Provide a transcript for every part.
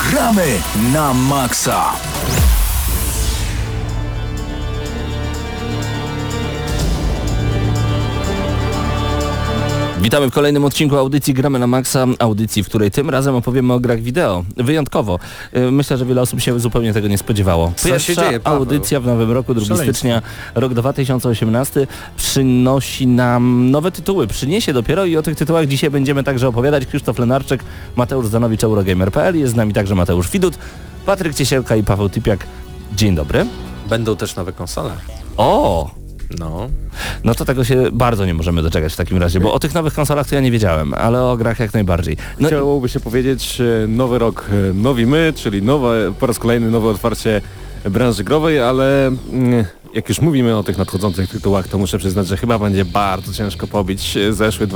Gramy na maksa! Witamy w kolejnym odcinku audycji Gramy na Maxa, audycji, w której tym razem opowiemy o grach wideo. Wyjątkowo. Myślę, że wiele osób się zupełnie tego nie spodziewało. Pierwsza audycja w nowym roku, 2 stycznia, rok 2018, przynosi nam nowe tytuły. Przyniesie dopiero i o tych tytułach dzisiaj będziemy także opowiadać. Krzysztof Lenarczyk, Mateusz Zanowicz, Eurogamer.pl, jest z nami także Mateusz Widut, Patryk Ciesielka i Paweł Typiak. Dzień dobry. Będą też nowe konsole. O! No to tego się bardzo nie możemy doczekać w takim razie, bo o tych nowych konsolach to ja nie wiedziałem, ale o grach jak najbardziej. Chciałoby się powiedzieć, nowy rok, nowi my, czyli po raz kolejny nowe otwarcie branży growej, ale jak już mówimy o tych nadchodzących tytułach, to muszę przyznać, że chyba będzie bardzo ciężko pobić zeszły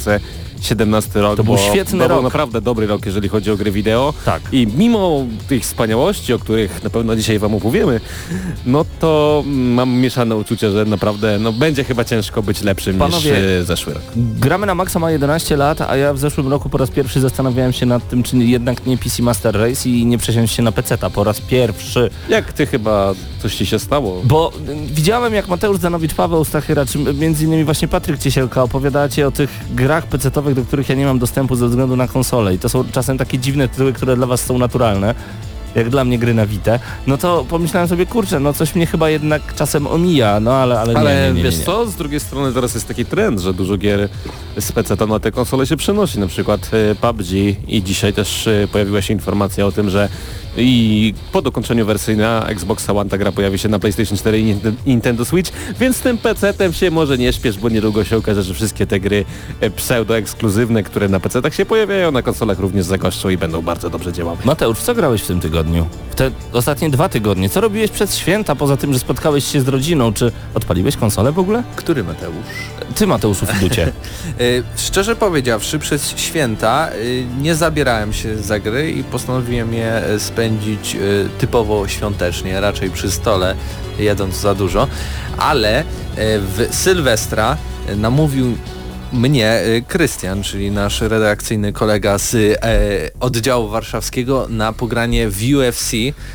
2017 rok. To był świetny rok. To był naprawdę dobry rok, jeżeli chodzi o gry wideo. Tak. I mimo tych wspaniałości, o których na pewno dzisiaj wam opowiemy, no to mam mieszane uczucia, że naprawdę będzie chyba ciężko być lepszym niż zeszły rok. Gramy na Maxa ma 11 lat, a ja w zeszłym roku po raz pierwszy zastanawiałem się nad tym, czy jednak nie PC Master Race i nie przesiąść się na PC-ta po raz pierwszy. Jak ty chyba coś ci się stało? Bo widziałem, jak Mateusz Zanowicz, Paweł Stachyra, czy między innymi właśnie Patryk Ciesielka opowiadacie o tych grach PC-towych, do których ja nie mam dostępu ze względu na konsolę i to są czasem takie dziwne tytuły, które dla was są naturalne, jak dla mnie gry na Vita, no to pomyślałem sobie, kurczę, coś mnie chyba jednak czasem omija, ale nie. Wiesz co, z drugiej strony teraz jest taki trend, że dużo gier z PC-ta na te konsole się przenosi, na przykład PUBG i dzisiaj też pojawiła się informacja o tym, że i po dokończeniu wersji na Xbox One ta gra pojawi się na PlayStation 4 i Nintendo Switch, więc tym PC-tem się może nie śpiesz, bo niedługo się okaże, że wszystkie te gry pseudo-ekskluzywne, które na PC-tach się pojawiają, na konsolach również zagoszczą i będą bardzo dobrze działały. Mateusz, co grałeś w tym tygodniu? W te ostatnie 2 tygodnie? Co robiłeś przez święta, poza tym, że spotkałeś się z rodziną? Czy odpaliłeś konsolę w ogóle? Który Mateusz? Ty, Mateuszu Fiducie. Szczerze powiedziawszy, przez święta nie zabierałem się za gry i postanowiłem je spędzić typowo świątecznie, raczej przy stole, jadąc za dużo, ale w Sylwestra namówił mnie Krystian, czyli nasz redakcyjny kolega z oddziału warszawskiego, na pogranie w UFC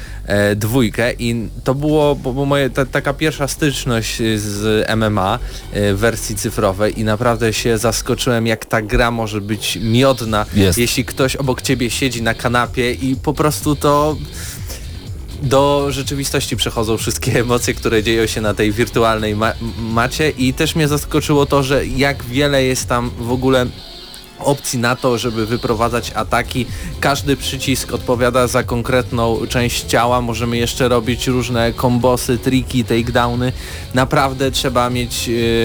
2 i to było taka pierwsza styczność z MMA w wersji cyfrowej i naprawdę się zaskoczyłem, jak ta gra może być miodna, jeśli ktoś obok ciebie siedzi na kanapie i po prostu to do rzeczywistości przechodzą wszystkie emocje, które dzieją się na tej wirtualnej macie i też mnie zaskoczyło to, że jak wiele jest tam w ogóle opcji na to, żeby wyprowadzać ataki. Każdy przycisk odpowiada za konkretną część ciała. Możemy jeszcze robić różne kombosy, triki, takedowny. Naprawdę trzeba mieć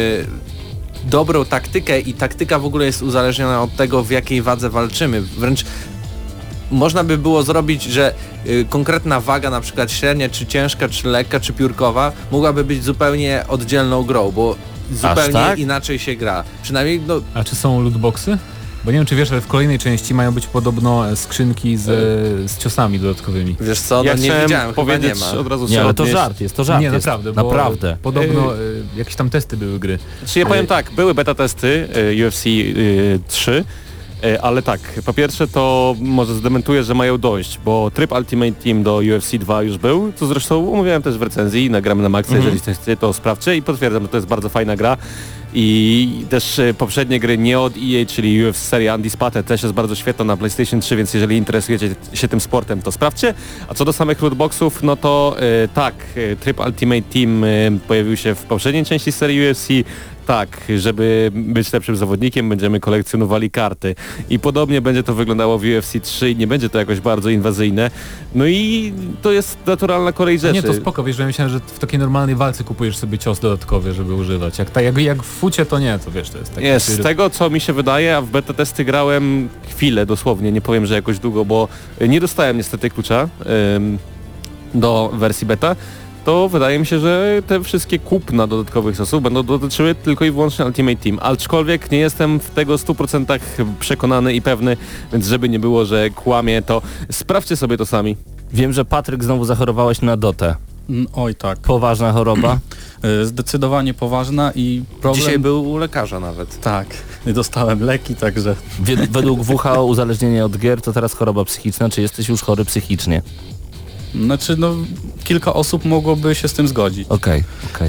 dobrą taktykę i taktyka w ogóle jest uzależniona od tego, w jakiej wadze walczymy. Wręcz można by było zrobić, że konkretna waga, na przykład średnia, czy ciężka, czy lekka, czy piórkowa, mogłaby być zupełnie oddzielną grą, bo zupełnie inaczej się gra. Przynajmniej A czy są lootboxy? Bo nie wiem, czy wiesz, ale w kolejnej części mają być podobno skrzynki z ciosami dodatkowymi. Wiesz co, ja nie widziałem, powiedzieć chyba nie ma. Od razu nie, ale to żart jest. Nie, naprawdę. Naprawdę. Podobno jakieś tam testy były gry. Czy ja powiem tak, były beta testy UFC 3, ale tak, po pierwsze to może zdementuję, że mają dojść, bo tryb Ultimate Team do UFC 2 już był, co zresztą omówiłem też w recenzji, nagramy na Maxa, jeżeli chcecie to sprawdźcie i potwierdzam, że to jest bardzo fajna gra. I też poprzednie gry nie od EA, czyli UFC seria Undisputed też jest bardzo świetna na PlayStation 3, więc jeżeli interesujecie się tym sportem, to sprawdźcie. A co do samych lootboxów, no to tryb Ultimate Team pojawił się w poprzedniej części serii UFC. Tak, żeby być lepszym zawodnikiem, będziemy kolekcjonowali karty i podobnie będzie to wyglądało w UFC 3 i nie będzie to jakoś bardzo inwazyjne. No i to jest naturalna kolej rzeczy. Nie, to spoko, wiesz, że ja myślałem, że w takiej normalnej walce kupujesz sobie cios dodatkowy, żeby używać. Jak w fucie, to nie, to wiesz, to jest taki... Nie, z tego co mi się wydaje, a w beta testy grałem chwilę dosłownie, nie powiem, że jakoś długo, bo nie dostałem niestety klucza do wersji beta. To wydaje mi się, że te wszystkie kupna dodatkowych ciosów będą dotyczyły tylko i wyłącznie Ultimate Team. Aczkolwiek nie jestem w tego 100% przekonany i pewny, więc żeby nie było, że kłamie, to sprawdźcie sobie to sami. Wiem, że Patryk znowu zachorowałeś na Dotę. Oj tak. Poważna choroba? Zdecydowanie poważna i problem... Dzisiaj był u lekarza nawet. Tak, dostałem leki, także... Według WHO uzależnienie od gier to teraz choroba psychiczna. Czy jesteś już chory psychicznie? Znaczy, kilka osób mogłoby się z tym zgodzić. Okej.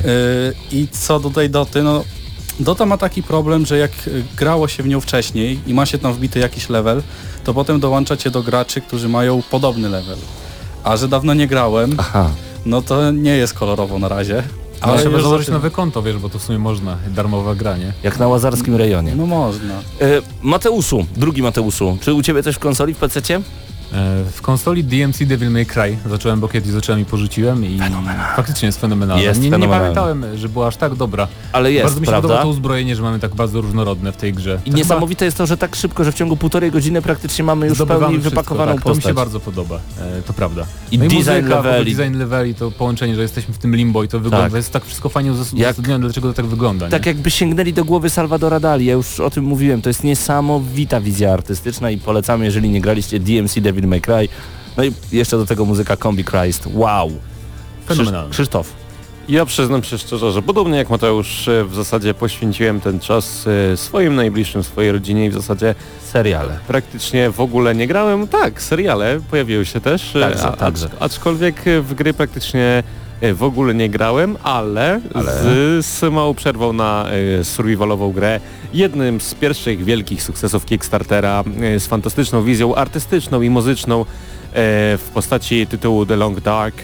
I co do tej Doty, Dota ma taki problem, że jak grało się w nią wcześniej i ma się tam wbity jakiś level, to potem dołączacie do graczy, którzy mają podobny level. A że dawno nie grałem, to nie jest kolorowo na razie. Ale trzeba założyć nowe konto, wiesz, bo to w sumie można, darmowe granie. Jak na łazarskim rejonie. No można. Mateuszu, drugi Mateuszu, czy u ciebie coś w konsoli, w PC-cie? W konsoli DMC Devil May Cry zacząłem, bo kiedyś zacząłem i porzuciłem i faktycznie jest fenomenalna. Nie pamiętałem, że była aż tak dobra. Ale jest, bardzo mi się podoba to uzbrojenie, że mamy tak bardzo różnorodne w tej grze. I niesamowite jest to, że tak szybko, że w ciągu 1,5 godziny praktycznie mamy już w pełni wypakowaną postać. To mi się bardzo podoba, to prawda. I design leveli, to połączenie, że jesteśmy w tym limbo i to wygląda, to jest tak wszystko fajnie uzasadnione, dlaczego to tak wygląda. Tak jakby sięgnęli do głowy Salvadora Dali, ja już o tym mówiłem, to jest niesamowita wizja artystyczna i polecamy, jeżeli nie graliście DMC Devil May Cry. No i jeszcze do tego muzyka Combi Christ. Wow! Fenomenalne. Krzysztof. Ja przyznam się szczerze, że podobnie jak Mateusz w zasadzie poświęciłem ten czas swoim najbliższym, swojej rodzinie i w zasadzie seriale. Praktycznie w ogóle nie grałem. Tak, seriale pojawiły się też, także. Aczkolwiek w gry praktycznie w ogóle nie grałem, ale? Z małą przerwą na survivalową grę. Jednym z pierwszych wielkich sukcesów Kickstartera z fantastyczną wizją artystyczną i muzyczną w postaci tytułu The Long Dark.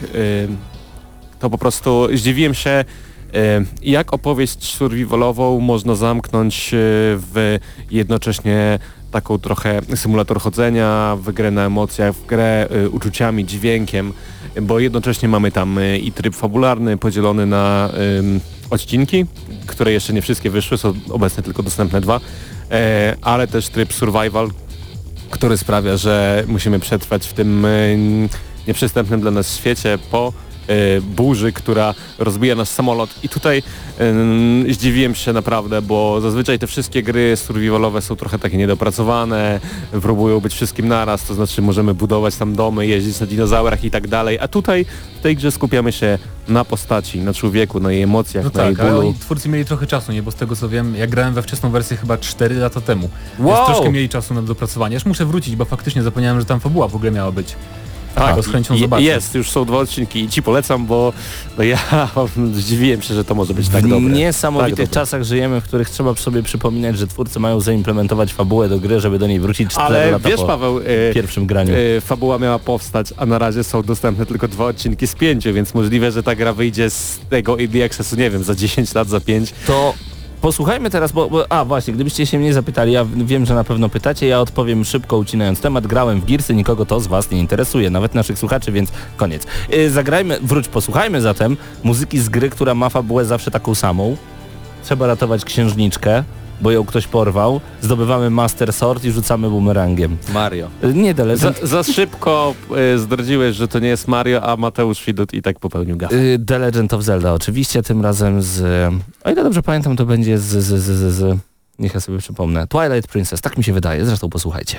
To po prostu zdziwiłem się, jak opowieść survivalową można zamknąć w jednocześnie taką trochę symulator chodzenia, w grę na emocjach, w grę uczuciami, dźwiękiem, bo jednocześnie mamy tam i tryb fabularny podzielony na odcinki, które jeszcze nie wszystkie wyszły, są obecnie tylko dostępne 2, ale też tryb survival, który sprawia, że musimy przetrwać w tym nieprzystępnym dla nas świecie po burzy, która rozbija nasz samolot i tutaj zdziwiłem się naprawdę, bo zazwyczaj te wszystkie gry survivalowe są trochę takie niedopracowane, próbują być wszystkim naraz, to znaczy możemy budować tam domy, jeździć na dinozaurach i tak dalej, a tutaj w tej grze skupiamy się na postaci, na człowieku, na jej emocjach, na jej bólu. Ale twórcy mieli trochę czasu, nie? Bo z tego co wiem, ja grałem we wczesną wersję chyba 4 lata temu. Wow! Więc troszkę mieli czasu na dopracowanie. Aż muszę wrócić, bo faktycznie zapomniałem, że tam fabuła w ogóle miała być. Tak, z chęcią zobaczę. Jest, już są 2 odcinki i ci polecam, bo ja zdziwiłem się, że to może być tak dobre. W niesamowitych czasach żyjemy, w których trzeba sobie przypominać, że twórcy mają zaimplementować fabułę do gry, żeby do niej wrócić 4 lata wiesz, po Paweł, pierwszym graniu. Fabuła miała powstać, a na razie są dostępne tylko 2 odcinki z 5, więc możliwe, że ta gra wyjdzie z tego ED Accessu, nie wiem, za 10 lat, za 5. To posłuchajmy teraz, bo właśnie, gdybyście się mnie zapytali, ja wiem, że na pewno pytacie, ja odpowiem szybko, ucinając temat. Grałem w Gearsy, nikogo to z was nie interesuje, nawet naszych słuchaczy, więc koniec. Posłuchajmy zatem muzyki z gry, która ma fabułę zawsze taką samą. Trzeba ratować księżniczkę, bo ją ktoś porwał, zdobywamy Master Sword i rzucamy bumerangiem. Mario. Nie, The Legend. Za szybko zdradziłeś, że to nie jest Mario, a Mateusz Widut i tak popełnił gafę. The Legend of Zelda oczywiście, tym razem o ile dobrze pamiętam, to będzie niech ja sobie przypomnę, Twilight Princess, tak mi się wydaje, zresztą posłuchajcie.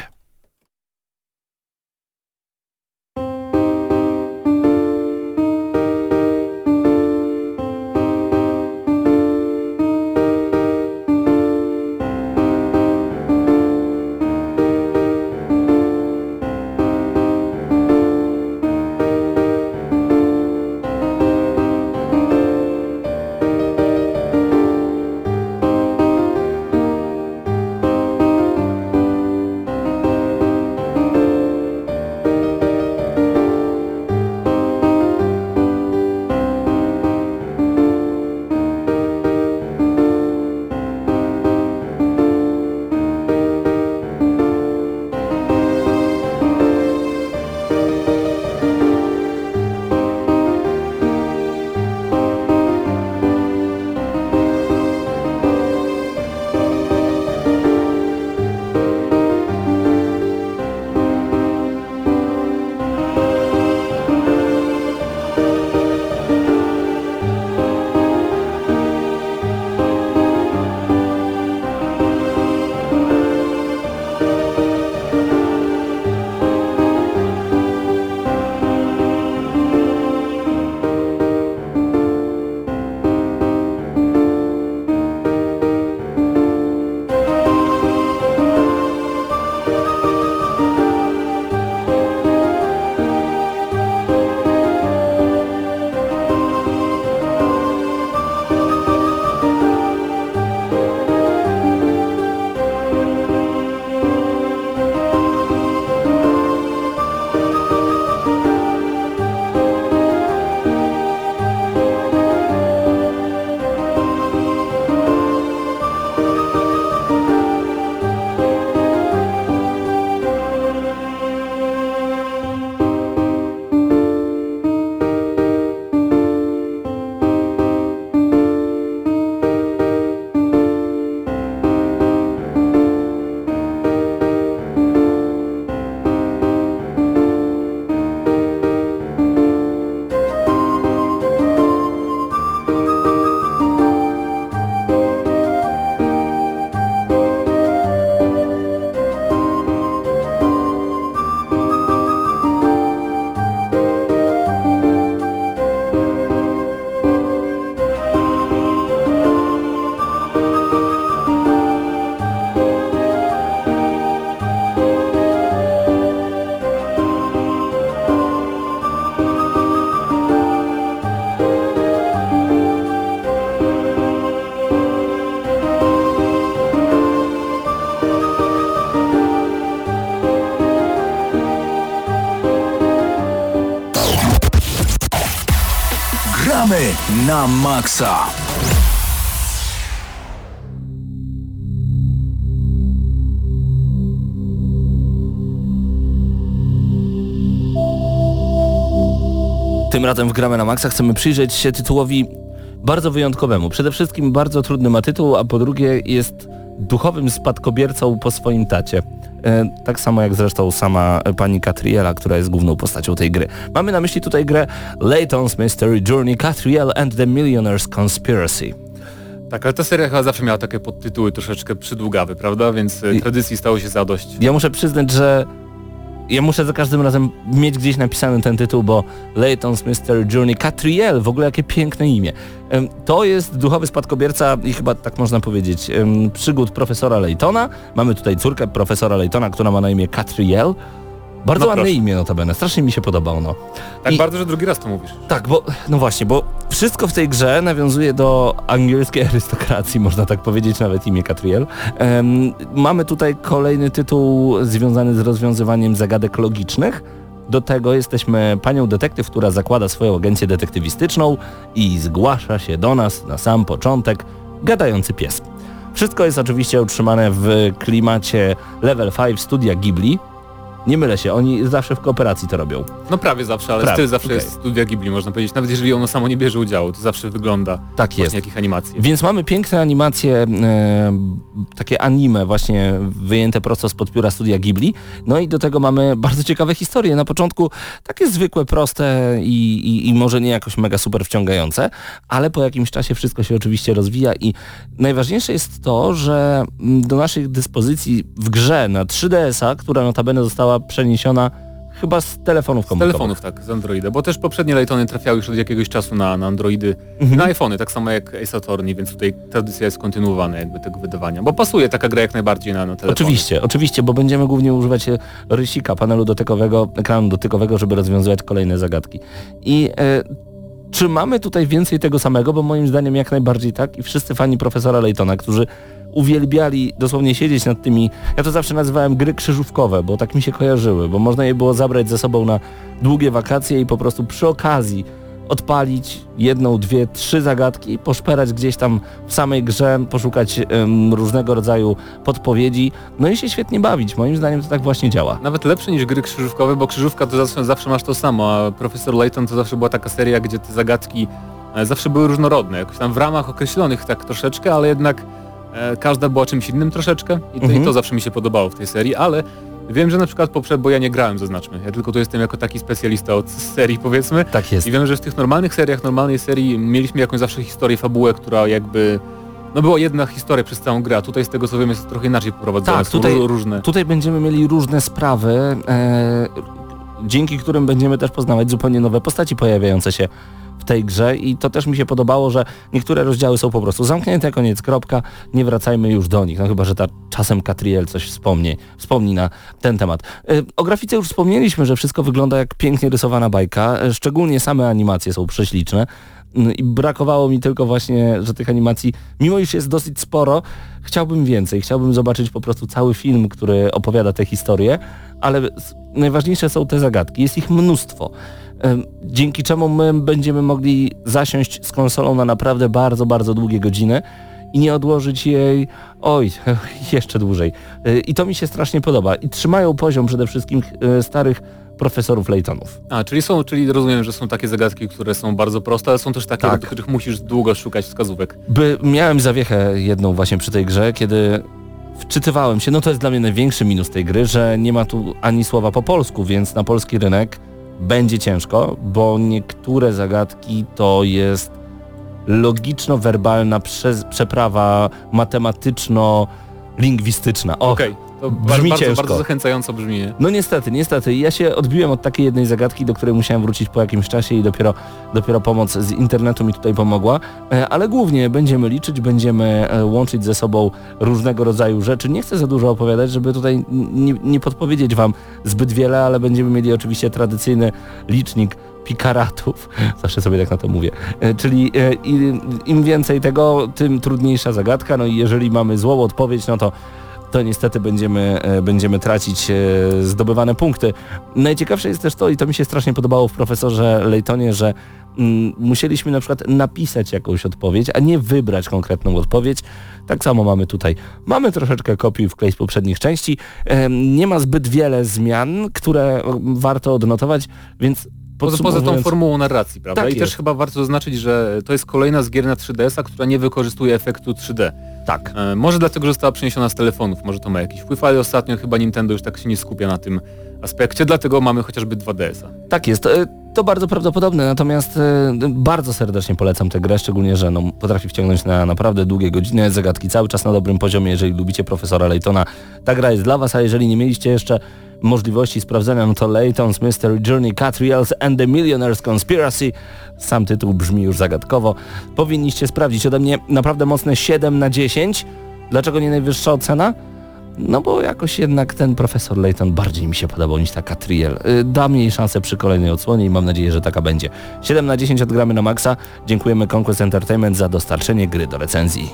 Gramy na maksa. Tym razem w Gramy na maksa chcemy przyjrzeć się tytułowi bardzo wyjątkowemu. Przede wszystkim bardzo trudny ma tytuł, a po drugie jest duchowym spadkobiercą po swoim tacie. Tak samo jak zresztą sama pani Catriela, która jest główną postacią tej gry. Mamy na myśli tutaj grę Layton's Mystery Journey, Catriel and the Millionaire's Conspiracy. Tak, ale ta seria chyba zawsze miała takie podtytuły troszeczkę przydługawe, prawda? Więc tradycji stało się zadość. Ja muszę przyznać, że ja muszę za każdym razem mieć gdzieś napisany ten tytuł, bo Layton's Mystery Journey, Catriel, w ogóle jakie piękne imię. To jest duchowy spadkobierca i chyba tak można powiedzieć przygód profesora Laytona. Mamy tutaj córkę profesora Laytona, która ma na imię Catriel. Bardzo ładne imię notabene, strasznie mi się podoba ono. Tak bardzo, że drugi raz to mówisz. Tak, bo no właśnie, bo wszystko w tej grze nawiązuje do angielskiej arystokracji, można tak powiedzieć, nawet imię Catriel. Mamy tutaj kolejny tytuł związany z rozwiązywaniem zagadek logicznych. Do tego jesteśmy panią detektyw, która zakłada swoją agencję detektywistyczną i zgłasza się do nas na sam początek gadający pies. Wszystko jest oczywiście utrzymane w klimacie Level 5 Studia Ghibli. Nie mylę się, oni zawsze w kooperacji to robią. No prawie zawsze, ale styl zawsze jest Studia Ghibli, można powiedzieć. Nawet jeżeli ono samo nie bierze udziału, to zawsze wygląda tak jest. Jakich animacji. Więc mamy piękne animacje, takie anime właśnie wyjęte prosto spod pióra Studia Ghibli. No i do tego mamy bardzo ciekawe historie. Na początku takie zwykłe, proste i może nie jakoś mega super wciągające, ale po jakimś czasie wszystko się oczywiście rozwija i najważniejsze jest to, że do naszych dyspozycji w grze na 3DS-a, która notabene została przeniesiona chyba z telefonów komórkowych. Z telefonów, tak, z Androida, bo też poprzednie Laytony trafiały już od jakiegoś czasu na Androidy, na iPhony, tak samo jak Ace Attorney, więc tutaj tradycja jest kontynuowana jakby tego wydawania, bo pasuje taka gra jak najbardziej na telefony. Oczywiście, bo będziemy głównie używać rysika, panelu dotykowego, ekranu dotykowego, żeby rozwiązywać kolejne zagadki. I czy mamy tutaj więcej tego samego? Bo moim zdaniem jak najbardziej tak i wszyscy fani profesora Laytona, którzy uwielbiali dosłownie siedzieć nad tymi, ja to zawsze nazywałem gry krzyżówkowe, bo tak mi się kojarzyły, bo można je było zabrać ze sobą na długie wakacje i po prostu przy okazji odpalić 1, 2, 3 zagadki, poszperać gdzieś tam w samej grze, poszukać różnego rodzaju podpowiedzi, no i się świetnie bawić. Moim zdaniem to tak właśnie działa. Nawet lepsze niż gry krzyżówkowe, bo krzyżówka to zawsze masz to samo, a Profesor Layton to zawsze była taka seria, gdzie te zagadki zawsze były różnorodne, jakoś tam w ramach określonych tak troszeczkę, ale jednak każda była czymś innym troszeczkę i to zawsze mi się podobało w tej serii, ale wiem, że na przykład bo ja nie grałem, zaznaczmy, ja tylko tu jestem jako taki specjalista od serii, powiedzmy. Tak jest. I wiem, że w tych normalnej serii mieliśmy jakąś zawsze historię, fabułę, która jakby była jedna historia przez całą grę, a tutaj z tego co wiem jest trochę inaczej poprowadzone, tak, tutaj będziemy mieli różne sprawy, dzięki którym będziemy też poznawać zupełnie nowe postaci pojawiające się w tej grze i to też mi się podobało, że niektóre rozdziały są po prostu zamknięte, koniec, kropka, nie wracajmy już do nich, no chyba, że czasem Catriel coś wspomni na ten temat. O grafice już wspomnieliśmy, że wszystko wygląda jak pięknie rysowana bajka, szczególnie same animacje są prześliczne i brakowało mi tylko właśnie, że tych animacji, mimo iż jest dosyć sporo, chciałbym więcej, chciałbym zobaczyć po prostu cały film, który opowiada tę historię, ale najważniejsze są te zagadki, jest ich mnóstwo. Dzięki czemu my będziemy mogli zasiąść z konsolą na naprawdę bardzo, bardzo długie godziny i nie odłożyć jej, jeszcze dłużej. I to mi się strasznie podoba. I trzymają poziom przede wszystkim starych profesorów Laytonów. Czyli rozumiem, że są takie zagadki, które są bardzo proste, ale są też takie, do których musisz długo szukać wskazówek. Miałem zawiechę jedną właśnie przy tej grze, kiedy wczytywałem się, to jest dla mnie największy minus tej gry, że nie ma tu ani słowa po polsku, więc na polski rynek będzie ciężko, bo niektóre zagadki to jest logiczno-werbalna przeprawa matematyczno-lingwistyczna. Okej, to brzmi ciężko. Bardzo zachęcająco brzmi, nie? No niestety. Ja się odbiłem od takiej jednej zagadki, do której musiałem wrócić po jakimś czasie i dopiero pomoc z internetu mi tutaj pomogła, ale głównie będziemy liczyć, będziemy łączyć ze sobą różnego rodzaju rzeczy. Nie chcę za dużo opowiadać, żeby tutaj nie podpowiedzieć wam zbyt wiele, ale będziemy mieli oczywiście tradycyjny licznik pikaratów, zawsze sobie tak na to mówię, czyli im więcej tego, tym trudniejsza zagadka, no i jeżeli mamy złą odpowiedź, no to to niestety będziemy tracić zdobywane punkty. Najciekawsze jest też to, i to mi się strasznie podobało w profesorze Laytonie, że musieliśmy na przykład napisać jakąś odpowiedź, a nie wybrać konkretną odpowiedź. Tak samo mamy tutaj. Mamy troszeczkę kopiuj wklej z poprzednich części. Nie ma zbyt wiele zmian, które warto odnotować, więc poza tą formułą narracji, prawda? Tak I jest. też chyba warto zaznaczyć, że to jest kolejna z gier na 3DS-a, która nie wykorzystuje efektu 3D. Tak. Może dlatego, że została przeniesiona z telefonów, może to ma jakiś wpływ, ale ostatnio chyba Nintendo już tak się nie skupia na tym aspekcie, dlatego mamy chociażby 2DS-a. Tak jest. To bardzo prawdopodobne, natomiast bardzo serdecznie polecam tę grę, szczególnie, że potrafi wciągnąć na naprawdę długie godziny, zagadki cały czas na dobrym poziomie, jeżeli lubicie profesora Laytona. Ta gra jest dla was, a jeżeli nie mieliście jeszcze możliwości sprawdzenia, no to Layton's Mystery Journey, Catriels and the Millionaire's Conspiracy, sam tytuł brzmi już zagadkowo, powinniście sprawdzić. Ode mnie naprawdę mocne 7/10. Dlaczego nie najwyższa ocena? No bo jakoś jednak ten profesor Layton bardziej mi się podobał niż ta Catriel. Dam jej szansę przy kolejnej odsłonie i mam nadzieję, że taka będzie. 7/10 odgramy na maksa. Dziękujemy Conquest Entertainment za dostarczenie gry do recenzji.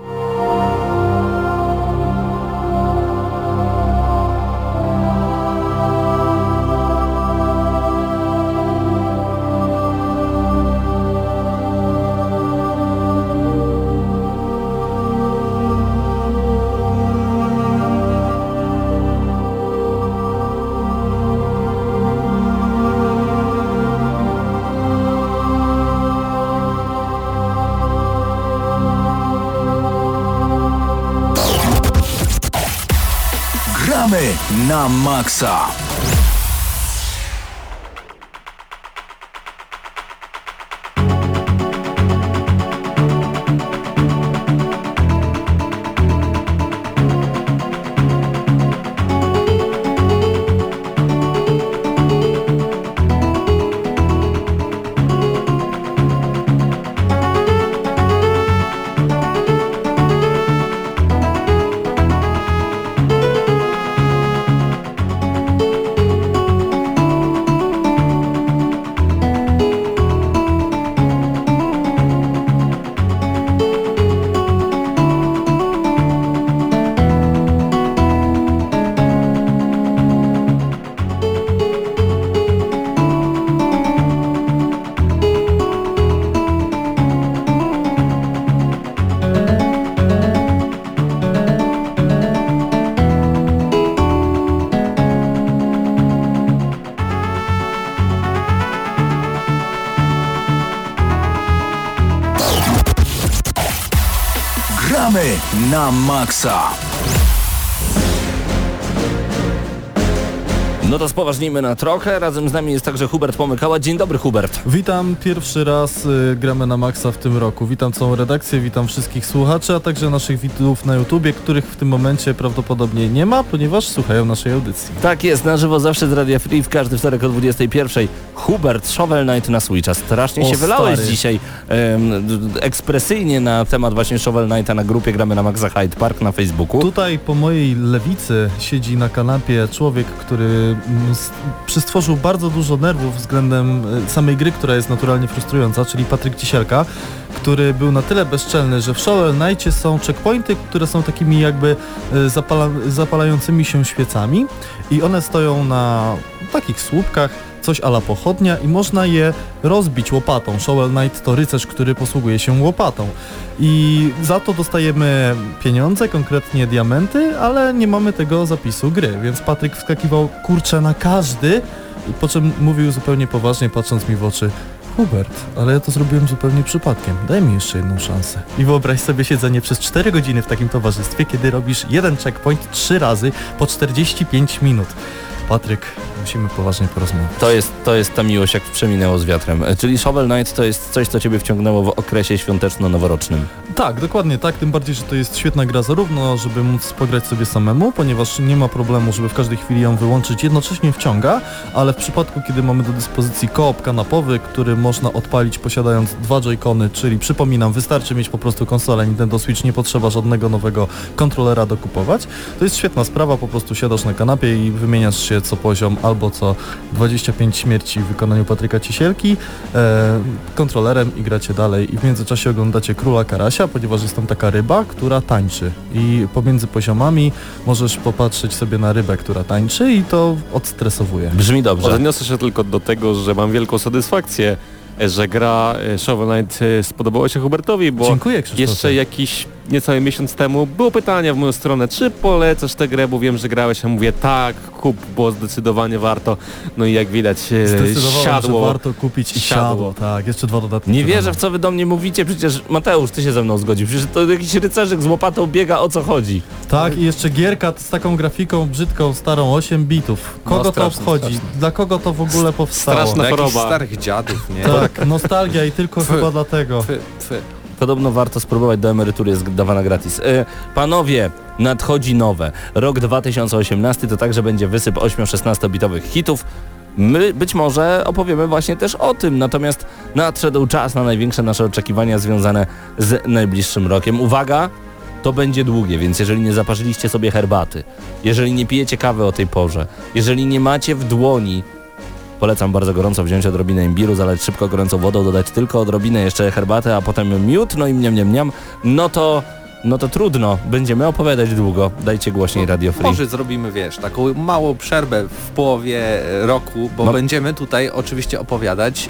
Gramy na maksa. Gramy na maksa. No to spoważnijmy na trochę. Razem z nami jest także Hubert Pomykała. Dzień dobry, Hubert. Witam pierwszy raz Gramy na maksa w tym roku. Witam całą redakcję, witam wszystkich słuchaczy, a także naszych widzów na YouTubie, których w tym momencie prawdopodobnie nie ma, ponieważ słuchają naszej audycji. Tak jest, na żywo zawsze z Radia Free w każdy wtorek o 21. Hubert, Shovel Knight na Switcha. Strasznie się wylałeś dzisiaj ekspresyjnie na temat właśnie Shovel Knighta na grupie Gramy na maksa Hyde Park na Facebooku. Tutaj po mojej lewicy siedzi na kanapie człowiek, który przystworzył bardzo dużo nerwów względem samej gry, która jest naturalnie frustrująca, czyli Patryk Cisielka, który był na tyle bezczelny, że w Shovel Knightie są checkpointy, które są takimi jakby zapalającymi się świecami i one stoją na takich słupkach, coś a la pochodnia i można je rozbić łopatą. Shovel Knight to rycerz, który posługuje się łopatą. I za to dostajemy pieniądze, konkretnie diamenty, ale nie mamy tego zapisu gry, więc Patryk wskakiwał kurczę na każdy, po czym mówił zupełnie poważnie, patrząc mi w oczy: Hubert, ale ja to zrobiłem zupełnie przypadkiem, daj mi jeszcze jedną szansę. I wyobraź sobie siedzenie przez 4 godziny w takim towarzystwie, kiedy robisz jeden checkpoint 3 razy po 45 minut. Patryk, musimy poważnie porozmawiać. To jest ta miłość, jak przeminęło z wiatrem. Czyli Shovel Knight to jest coś, co ciebie wciągnęło w okresie świąteczno-noworocznym. Tak, dokładnie tak, tym bardziej, że to jest świetna gra zarówno, żeby móc pograć sobie samemu, ponieważ nie ma problemu, żeby w każdej chwili ją wyłączyć, jednocześnie wciąga, ale w przypadku, kiedy mamy do dyspozycji koop kanapowy, który można odpalić posiadając 2 joycony, czyli przypominam, wystarczy mieć po prostu konsolę Nintendo Switch, nie potrzeba żadnego nowego kontrolera dokupować, to jest świetna sprawa, po prostu siadasz na kanapie i wymieniasz się co poziom albo bo co 25 śmierci w wykonaniu Patryka Ciesielki kontrolerem i gracie dalej i w międzyczasie oglądacie Króla Karasia, ponieważ jest tam taka ryba, która tańczy i pomiędzy poziomami możesz popatrzeć sobie na rybę, która tańczy i to odstresowuje. Brzmi dobrze. Odniosę się tylko do tego, że mam wielką satysfakcję, że gra Shovel Knight spodobała się Hubertowi, bo Dziękuję, Krzysztofie. jeszcze jakiś niecały miesiąc temu było pytanie w moją stronę, czy polecasz tę grę, bo wiem, że grałeś, a mówię tak, kup, bo zdecydowanie warto. No i jak widać siadło. Że warto kupić i siadło. Tak, jeszcze 2 dodatki. Nie wierzę, w co wy do mnie mówicie, przecież Mateusz, ty się ze mną zgodził, przecież to jakiś rycerzyk z łopatą biega, o co chodzi? Tak, i jeszcze gierka z taką grafiką brzydką, starą, 8 bitów. Kogo to obchodzi? Dla kogo to w ogóle powstało? Straszna Dla jakichś choroba. starych dziadów, nie? Tak, nostalgia i tylko chyba dlatego. Podobno warto spróbować, do emerytury jest dawana gratis. Panowie, nadchodzi nowe. Rok 2018 to także będzie wysyp 8-16 bitowych hitów. My być może opowiemy właśnie też o tym, natomiast nadszedł czas na największe nasze oczekiwania związane z najbliższym rokiem. Uwaga, to będzie długie, więc jeżeli nie zaparzyliście sobie herbaty, jeżeli nie pijecie kawy o tej porze, jeżeli nie macie w dłoni, polecam bardzo gorąco wziąć odrobinę imbiru, zalać szybko gorącą wodą, dodać tylko odrobinę jeszcze herbaty, a potem miód, no i mniam, no to trudno, będziemy opowiadać długo. Dajcie głośniej Radio Free. Może zrobimy, taką małą przerwę w połowie roku, bo będziemy tutaj oczywiście opowiadać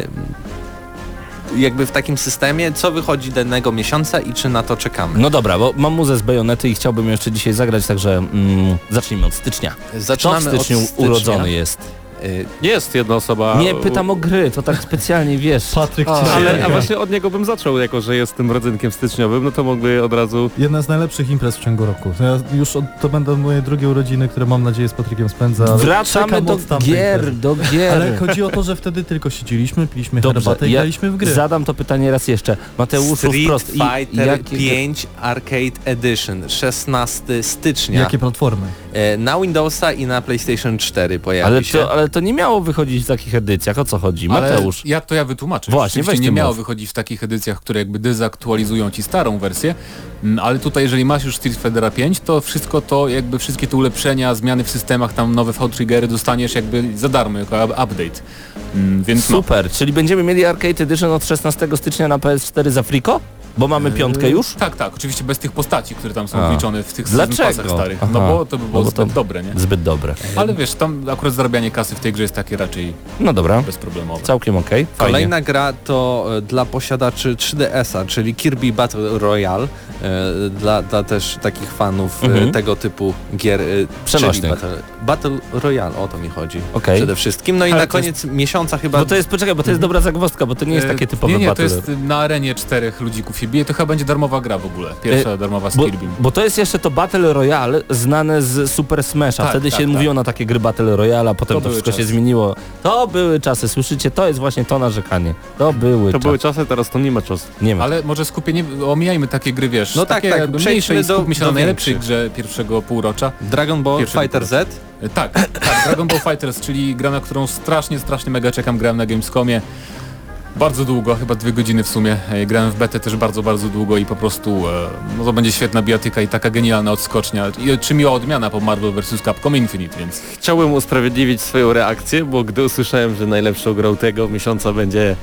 jakby w takim systemie, co wychodzi danego miesiąca i czy na to czekamy. No dobra, bo mam muzę z Bajonety i chciałbym jeszcze dzisiaj zagrać, także zacznijmy od stycznia. Zaczynamy Kto w styczniu od stycznia. urodzony jest? Jest jedna osoba. Nie, pytam o gry, to tak specjalnie wiesz. Patryk A Ciesielka. właśnie od niego bym zaczął, jako że jest tym rodzynkiem styczniowym, no to mogły od razu... Jedna z najlepszych imprez w ciągu roku. To będą moje drugie urodziny, które mam nadzieję z Patrykiem spędzę. Ale Wracamy czekam do od tamtej gier, imprezy. do gier. Ale chodzi o to, że wtedy tylko siedzieliśmy, piliśmy Dobrze, herbatę i ja graliśmy w gry. Zadam to pytanie raz jeszcze. Mateuszu, Street wprost. Fighter 5 Arcade Edition, 16 stycznia. Jakie platformy? Na Windowsa i na PlayStation 4 pojawi się. Ale to nie miało wychodzić w takich edycjach, o co chodzi? Mateusz. Ja wytłumaczę. Właśnie, Oczywiście weź ty nie miało mów. wychodzić w takich edycjach, które jakby dezaktualizują ci starą wersję, ale tutaj jeżeli masz już Street Fightera 5, to wszystko to jakby wszystkie te ulepszenia, zmiany w systemach, tam nowe V-triggery dostaniesz jakby za darmo jako update. Więc Super, czyli będziemy mieli Arcade Edition od 16 stycznia na PS4 za friko? Bo mamy piątkę już? Tak, oczywiście bez tych postaci, które tam są wliczone w tych Dlaczego? pasach starych. Aha. No bo to by było No bo to zbyt dobre, nie? Zbyt dobre. Ale wiesz, tam akurat zarabianie kasy w tej grze jest takie raczej No dobra, bezproblemowe. całkiem okej. Fajnie. Kolejna gra to dla posiadaczy 3DS-a, czyli Kirby Battle Royale, dla też takich fanów tego typu gier. Przenośnych. Battle Royale, o to mi chodzi Okej. przede wszystkim. No i Ale na to jest- koniec miesiąca chyba... Bo to jest, poczekaj, bo to jest dobra zagwozdka, bo to nie jest takie typowe Nie, to battle. jest na arenie 4 ludzików się bije, to chyba będzie darmowa gra w ogóle. Pierwsza darmowa z Bo, Kirbym. bo to jest jeszcze to Battle Royale znane z Super Smasha. Tak, Wtedy tak, się tak. mówiło na takie gry Battle Royale, a potem To to były wszystko się czasy. zmieniło. To były czasy, słyszycie? To jest właśnie to narzekanie. To były To były czasy. czasy, teraz to nie ma czasu. Nie ma. Ale może skupienie, omijajmy takie gry, wiesz, No tak, takie tak, jakby przejdźmy mniejsze i skupmy się do na najlepszej większych. grze pierwszego półrocza. Dragon Ball Pierwszego Fighter półrocza. Z. Tak, Dragon Ball Fighters, czyli gra, na którą strasznie mega czekam, grałem na Gamescomie. Bardzo długo, chyba 2 godziny w sumie. Grałem w betę też bardzo długo i po prostu no to będzie świetna bijatyka i taka genialna odskocznia. I czy miła odmiana po Marvel vs. Capcom Infinite, więc Chciałbym usprawiedliwić swoją reakcję, bo gdy usłyszałem, że najlepszą grą tego miesiąca będzie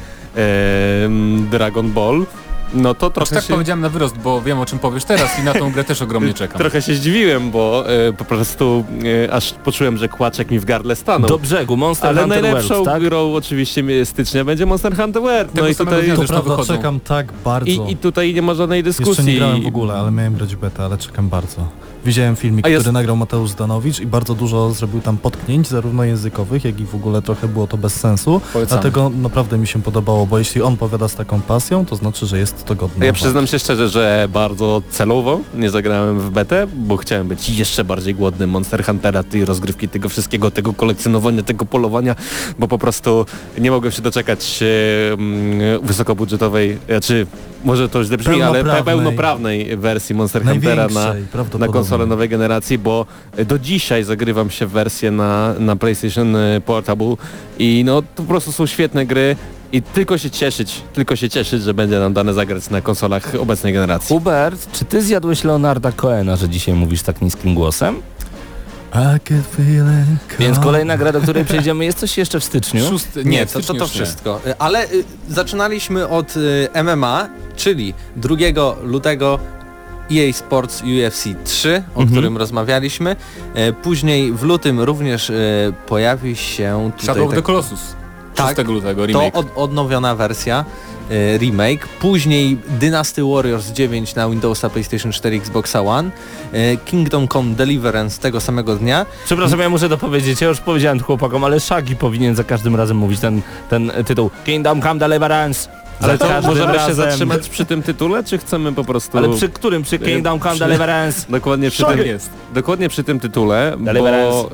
Dragon Ball, no to aż trochę tak się... powiedziałem na wyrost, bo wiem o czym powiesz teraz i na tą grę też ogromnie czekam. Trochę się zdziwiłem, bo po prostu aż poczułem, że kłaczek mi w gardle stanął. Do brzegu, Monster Ale Hunter najlepszą World, tak? grą oczywiście stycznia będzie Monster Hunter World. Tego No i samego tutaj, dnia To zresztą prawda, wychodzą. czekam tak bardzo. i tutaj nie ma żadnej dyskusji. Jeszcze nie grałem w ogóle, ale miałem grać w betę, ale czekam bardzo. Widziałem filmik, A jest- który nagrał Mateusz Zdanowicz i bardzo dużo zrobił tam potknięć, zarówno językowych, jak i w ogóle trochę było to bez sensu. Polecamy. Dlatego naprawdę mi się podobało, bo jeśli on powiada z taką pasją, to znaczy, że jest to godne. Ja przyznam się szczerze, że bardzo celowo nie zagrałem w betę, bo chciałem być jeszcze bardziej głodny Monster Huntera, tej rozgrywki, tego wszystkiego, tego kolekcjonowania, tego polowania, bo po prostu nie mogłem się doczekać wysokobudżetowej, czy może to źle brzmi, ale pełnoprawnej wersji Monster Huntera na konsolę nowej generacji, bo do dzisiaj zagrywam się w wersję na PlayStation Portable i no to po prostu są świetne gry. I tylko się cieszyć, że będzie nam dane zagrać na konsolach obecnej generacji. Hubert, czy ty zjadłeś Leonarda Cohena, że dzisiaj mówisz tak niskim głosem? I can feel it. Więc kolejna gra, do której przejdziemy, jest coś jeszcze w styczniu? Nie, to wszystko. Ale zaczynaliśmy od MMA, czyli 2 lutego EA Sports UFC 3, o którym rozmawialiśmy. Później w lutym również pojawi się tutaj Shadow of the Colossus. 6 lutego remake. To odnowiona wersja, remake. Później Dynasty Warriors 9 na Windowsa, PlayStation 4, Xboxa One. Kingdom Come Deliverance tego samego dnia. Przepraszam, ja muszę dopowiedzieć, ja już powiedziałem chłopakom, ale Shaggy powinien za każdym razem mówić ten tytuł Kingdom Come Deliverance. Ale to możemy się zatrzymać przy tym tytule, czy chcemy po prostu... Ale przy którym? Przy Kingdom Come Deliverance? Dokładnie przy tym tytule, bo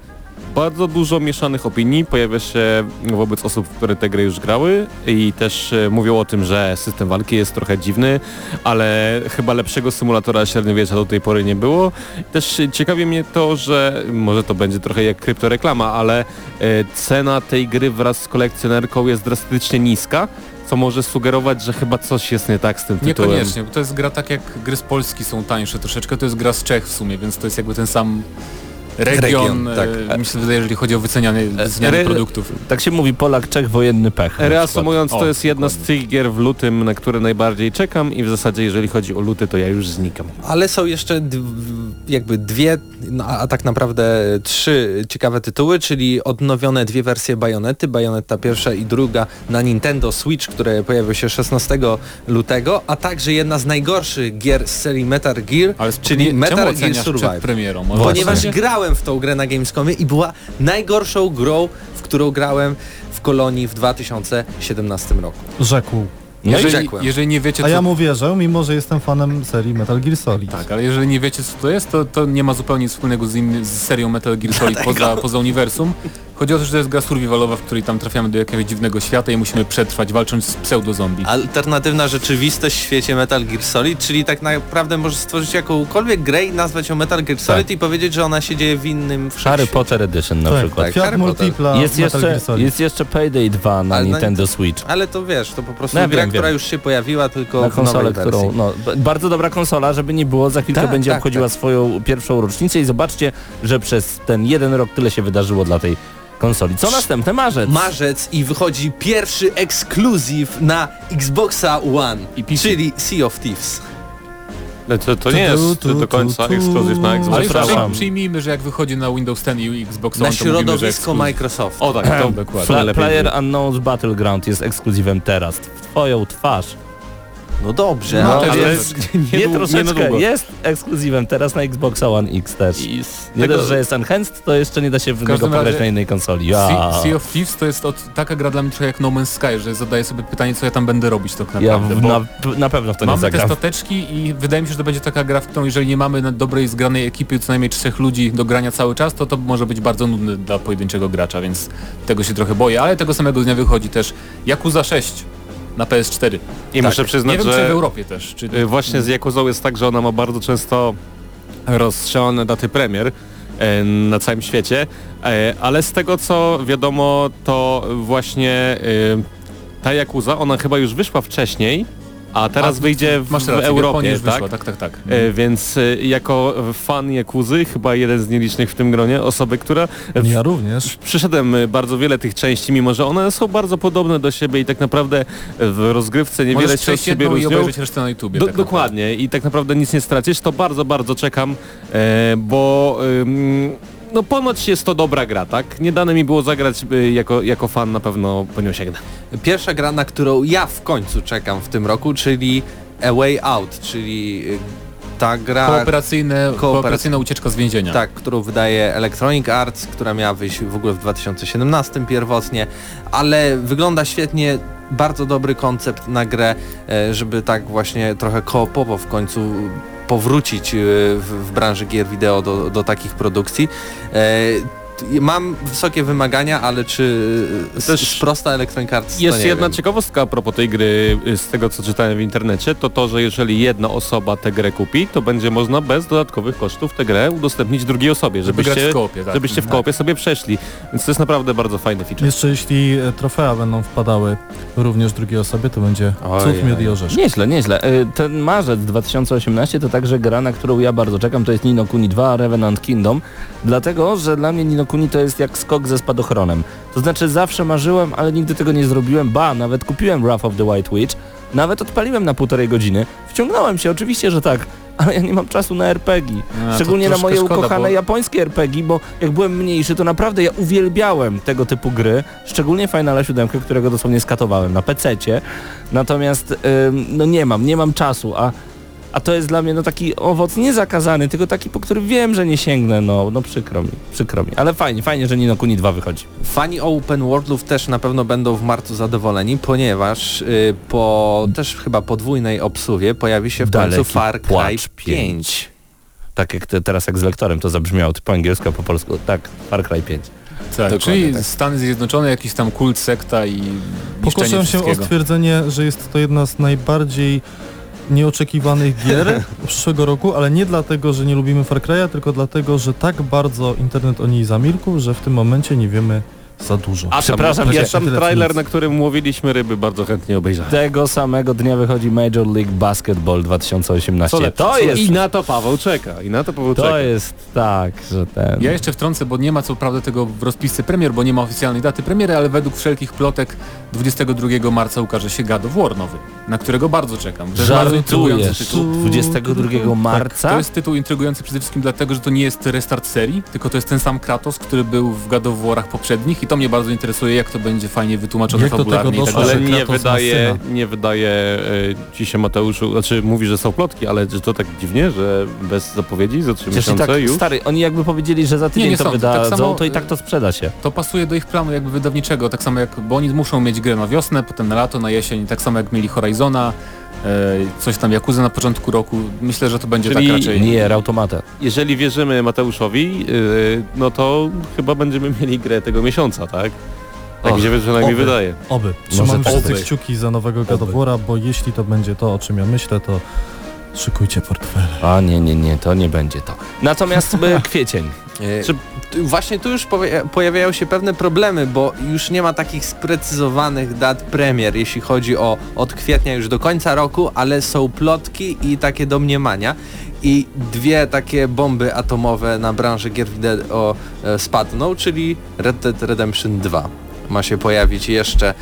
bardzo dużo mieszanych opinii pojawia się wobec osób, które te gry już grały i też mówią o tym, że system walki jest trochę dziwny, ale chyba lepszego symulatora średniowiecza do tej pory nie było. Też ciekawi mnie to, że może to będzie trochę jak kryptoreklama, ale cena tej gry wraz z kolekcjonerką jest drastycznie niska, co może sugerować, że chyba coś jest nie tak z tym tytułem. Niekoniecznie, bo to jest gra tak jak gry z Polski są tańsze troszeczkę, to jest gra z Czech w sumie, więc to jest jakby ten sam region, tak. Mi się wydaje, jeżeli chodzi o wycenianie produktów. Tak się mówi, Polak, Czech, wojenny pech. Reasumując, to jest jedna z tych gier w lutym, na które najbardziej czekam i w zasadzie jeżeli chodzi o luty, to ja już znikam. Ale są jeszcze jakby 2, a tak naprawdę 3 ciekawe tytuły, czyli odnowione 2 wersje Bajonety, Bajoneta 1 i 2 na Nintendo Switch, które pojawiły się 16 lutego, a także jedna z najgorszych gier z serii Metal Gear, czyli Metal Gear Survive. Premierą? Ponieważ grałem w tą grę na Gamescomie i była najgorszą grą, w którą grałem w Kolonii w 2017 roku. Rzekł. Jeżeli nie wiecie, a ja mu wierzę, mimo że jestem fanem serii Metal Gear Solid. Tak, ale jeżeli nie wiecie, co to jest, to nie ma zupełnie nic wspólnego z serią Metal Gear Solid poza uniwersum. Chodzi o to, że to jest gra survivalowa, w której tam trafiamy do jakiegoś dziwnego świata i musimy przetrwać, walcząc z pseudo-zombie. Alternatywna rzeczywistość w świecie Metal Gear Solid, czyli tak naprawdę możesz stworzyć jakąkolwiek grę i nazwać ją Metal Gear Solid i powiedzieć, że ona się dzieje w innym Harry Potter Edition na przykład. Świat multipla jest jeszcze Payday 2 na Nintendo Switch. Ale to wiesz, to po prostu gra, która już się pojawiła, tylko na konsolę, którą... bardzo dobra konsola, żeby nie było, za chwilkę będzie obchodziła swoją pierwszą rocznicę i zobaczcie, że przez ten 1 rok tyle się wydarzyło dla tej konsoli. Co następne? Marzec i wychodzi pierwszy ekskluzyw na Xboxa One, czyli Sea of Thieves. To nie jest do końca ekskluzyw na Xboxa One. Ale przyjmijmy, że jak wychodzi na Windows 10 i Xbox One, na środowisko Microsoft. O tak, to dokładnie. Player Unknown's Battleground jest ekskluzywem teraz. W twoją twarz. No dobrze, jest ekskluzywem teraz na Xboxa One X też. Nie dość, że jest enhanced, to jeszcze nie da się w niego pograć na innej konsoli. Sea of Thieves to jest taka gra dla mnie trochę jak No Man's Sky, że zadaję sobie pytanie, co ja tam będę robić tak naprawdę. Na pewno w to nie zagram. Mamy te stateczki i wydaje mi się, że to będzie taka gra, w którą jeżeli nie mamy dobrej, zgranej ekipy, co najmniej 3 ludzi do grania cały czas, to może być bardzo nudne dla pojedynczego gracza, więc tego się trochę boję, ale tego samego dnia wychodzi też Yakuza 6. Na PS4. I muszę przyznać, nie wiem, że czy w Europie też. Właśnie z Yakuzą jest tak, że ona ma bardzo często rozstrzelone daty premier na całym świecie, ale z tego co wiadomo, to właśnie ta Yakuza, ona chyba już wyszła wcześniej, a teraz wyjdzie w Europie, tak? Tak. Więc jako fan Yakuzy, chyba jeden z nielicznych w tym gronie, osoby, która... Ja również. Przyszedłem bardzo wiele tych części, mimo że one są bardzo podobne do siebie i tak naprawdę w rozgrywce niewiele się od siebie różnią. I obejrzeć resztę na YouTubie. Dokładnie. I tak naprawdę nic nie stracisz. To bardzo, bardzo czekam, bo... No ponoć jest to dobra gra, tak? Nie dane mi było zagrać, jako fan na pewno po nią sięgnę. Pierwsza gra, na którą ja w końcu czekam w tym roku, czyli A Way Out, czyli ta gra... Kooperacyjna ucieczka z więzienia. Tak, którą wydaje Electronic Arts, która miała wyjść w ogóle w 2017 pierwotnie, ale wygląda świetnie, bardzo dobry koncept na grę, żeby tak właśnie trochę koopowo w końcu powrócić w branży gier wideo do takich produkcji. mam wysokie wymagania, ale czy prosta Electronic Arts, jest to nie jedna wiem. ciekawostka a propos tej gry, z tego co czytałem w internecie, to, że jeżeli jedna osoba tę grę kupi, to będzie można bez dodatkowych kosztów tę grę udostępnić drugiej osobie, żebyście w koopie sobie przeszli. Więc to jest naprawdę bardzo fajny feature. Jeszcze jeśli trofea będą wpadały również drugiej osobie, to będzie cud, miód i orzeszki. Nieźle. Ten marzec 2018 to także gra, na którą ja bardzo czekam, to jest Ni no Kuni 2 Revenant Kingdom, dlatego, że dla mnie Ni no Kuni to jest jak skok ze spadochronem. To znaczy zawsze marzyłem, ale nigdy tego nie zrobiłem, nawet kupiłem Wrath of the White Witch, nawet odpaliłem na 1,5 godziny, wciągnąłem się, oczywiście, że tak, ale ja nie mam czasu na RPG. Szczególnie na moje ukochane japońskie RPG, bo jak byłem mniejszy, to naprawdę ja uwielbiałem tego typu gry, szczególnie Finala 7, którego dosłownie skatowałem na PC-cie. Natomiast nie mam czasu, a to jest dla mnie taki owoc niezakazany, tylko taki, po który wiem, że nie sięgnę, przykro mi. Ale fajnie, że Ni no Kuni 2 wychodzi. Fani Open Worldów też na pewno będą w marcu zadowoleni, ponieważ po też chyba podwójnej obsuwie pojawi się w końcu Far Cry 5. Tak jak teraz jak z lektorem to zabrzmiało, po angielsku, a po polsku. Tak, Far Cry 5. Tak, czyli tak. Stany Zjednoczone, jakiś tam kult, sekta i pokuszę się o stwierdzenie, że jest to jedna z najbardziej nieoczekiwanych gier przyszłego roku, ale nie dlatego, że nie lubimy Far Cry'a, tylko dlatego, że tak bardzo internet o niej zamilkł, że w tym momencie nie wiemy za dużo. A przepraszam, ja tam trailer, na którym łowiliśmy ryby, bardzo chętnie obejrzałem. Tego samego dnia wychodzi Major League Basketball 2018. To jest... I na to Paweł czeka. To jest tak, że ten... Ja jeszcze wtrącę, bo nie ma co prawda tego w rozpisce premier, bo nie ma oficjalnej daty premiery, ale według wszelkich plotek 22 marca ukaże się God of War nowy, na którego bardzo czekam. Żartujesz. 22 marca? To jest tytuł intrygujący przede wszystkim dlatego, że to nie jest restart serii, tylko to jest ten sam Kratos, który był w God of War'ach poprzednich i to mnie bardzo interesuje, jak to będzie fajnie wytłumaczone fabularnie. Ale nie wydaje ci się, Mateuszu, znaczy mówi, że są plotki, ale że to tak dziwnie, że bez zapowiedzi za 3 miesiące tak, już? Stary, oni jakby powiedzieli, że za tydzień to wydadzą, tak samo, to i tak to sprzeda się. To pasuje do ich planu jakby wydawniczego, tak samo jak, bo oni muszą mieć grę na wiosnę, potem na lato, na jesień, tak samo jak mieli Horizona, coś tam Yakuzę na początku roku. Myślę, że to będzie czyli tak raczej... Nie, Automata. Jeżeli wierzymy Mateuszowi, no to chyba będziemy mieli grę tego miesiąca, tak? Tak mi się przynajmniej wydaje. Oby. Trzymamy wszyscy kciuki za nowego God of War'a, bo jeśli to będzie to, o czym ja myślę, to szykujcie portfele. A nie, to nie będzie to. Natomiast kwiecień. Właśnie tu już pojawiają się pewne problemy, bo już nie ma takich sprecyzowanych dat premier, jeśli chodzi o od kwietnia już do końca roku, ale są plotki i takie domniemania. I dwie takie bomby atomowe na branży gier wideo spadną, czyli Red Dead Redemption 2. Ma się pojawić jeszcze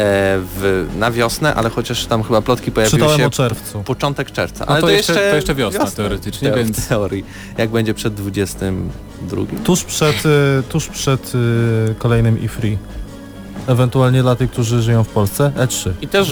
na wiosnę, ale chociaż tam chyba plotki pojawiły się o czerwcu. Początek czerwca. Ale to jeszcze wiosna teoretycznie, więc... W teorii, jak będzie przed 22. Tuż przed kolejnym E3. Ewentualnie dla tych, którzy żyją w Polsce, E3. I też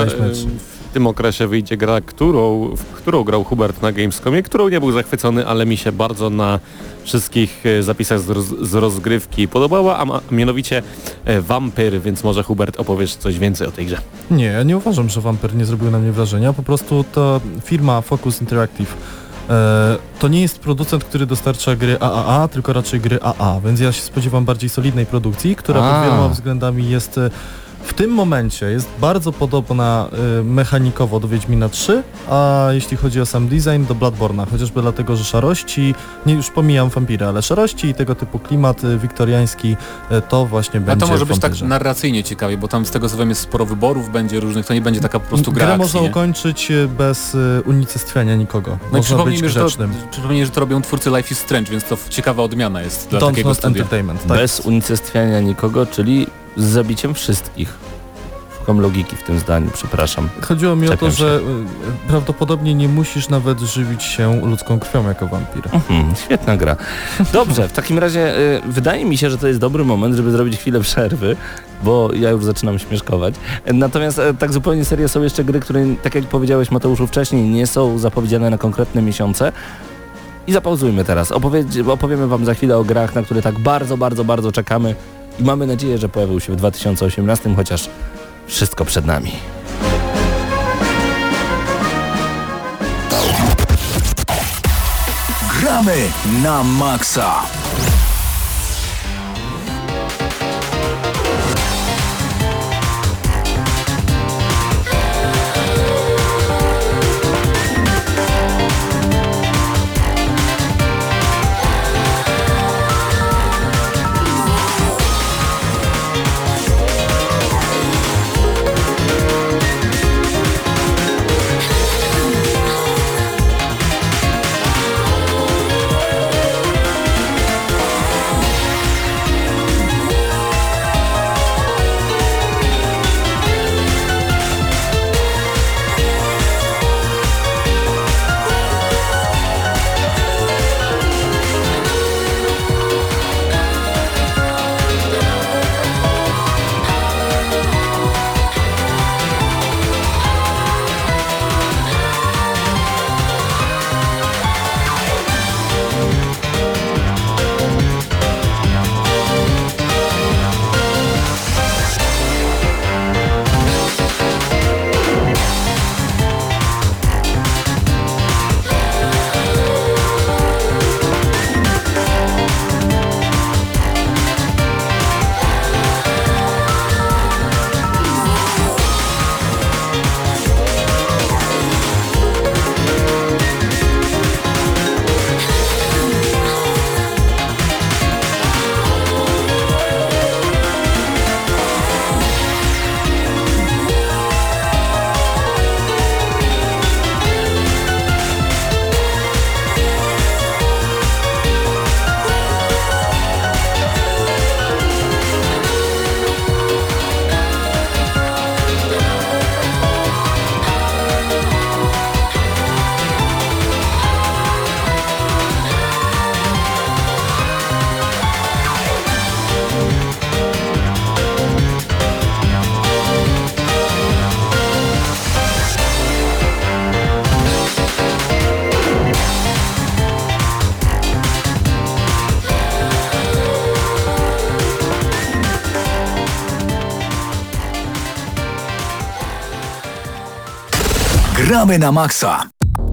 w tym okresie wyjdzie gra, w którą grał Hubert na Gamescomie, którą nie był zachwycony, ale mi się bardzo na wszystkich zapisach z rozgrywki podobała, a mianowicie Vampyr, więc może Hubert opowiesz coś więcej o tej grze. Nie, ja nie uważam, że Vampyr nie zrobił na mnie wrażenia, po prostu to firma Focus Interactive to nie jest producent, który dostarcza gry AAA, tylko raczej gry AA, więc ja się spodziewam bardziej solidnej produkcji, która pod wieloma względami jest w tym momencie jest bardzo podobna mechanikowo do Wiedźmina 3, a jeśli chodzi o sam design do Bloodborne'a, chociażby dlatego, że szarości, nie już pomijam Vampiry, ale szarości i tego typu klimat wiktoriański to właśnie będzie. A to może być tak narracyjnie ciekawie, bo tam z tego co wiem jest sporo wyborów, będzie różnych, to nie będzie taka po prostu gra akcji, można ukończyć bez unicestwiania nikogo. No można być grzecznym. Przypomnij, że to robią twórcy Life is Strange, więc to ciekawa odmiana jest dla takiego studia. Entertainment, tak. Bez unicestwiania nikogo, czyli z zabiciem wszystkich. Szukam logiki w tym zdaniu, przepraszam. Chodziło mi o to, że prawdopodobnie nie musisz nawet żywić się ludzką krwią jako wampir. Świetna gra. Dobrze, w takim razie wydaje mi się, że to jest dobry moment, żeby zrobić chwilę przerwy, bo ja już zaczynam śmieszkować. Natomiast tak zupełnie serio są jeszcze gry, które, tak jak powiedziałeś Mateuszu wcześniej, nie są zapowiedziane na konkretne miesiące. I zapauzujmy teraz. Opowiemy wam za chwilę o grach, na które tak bardzo, bardzo, bardzo czekamy i mamy nadzieję, że pojawił się w 2018, chociaż wszystko przed nami. Gramy na maksa. Gramy na maksa.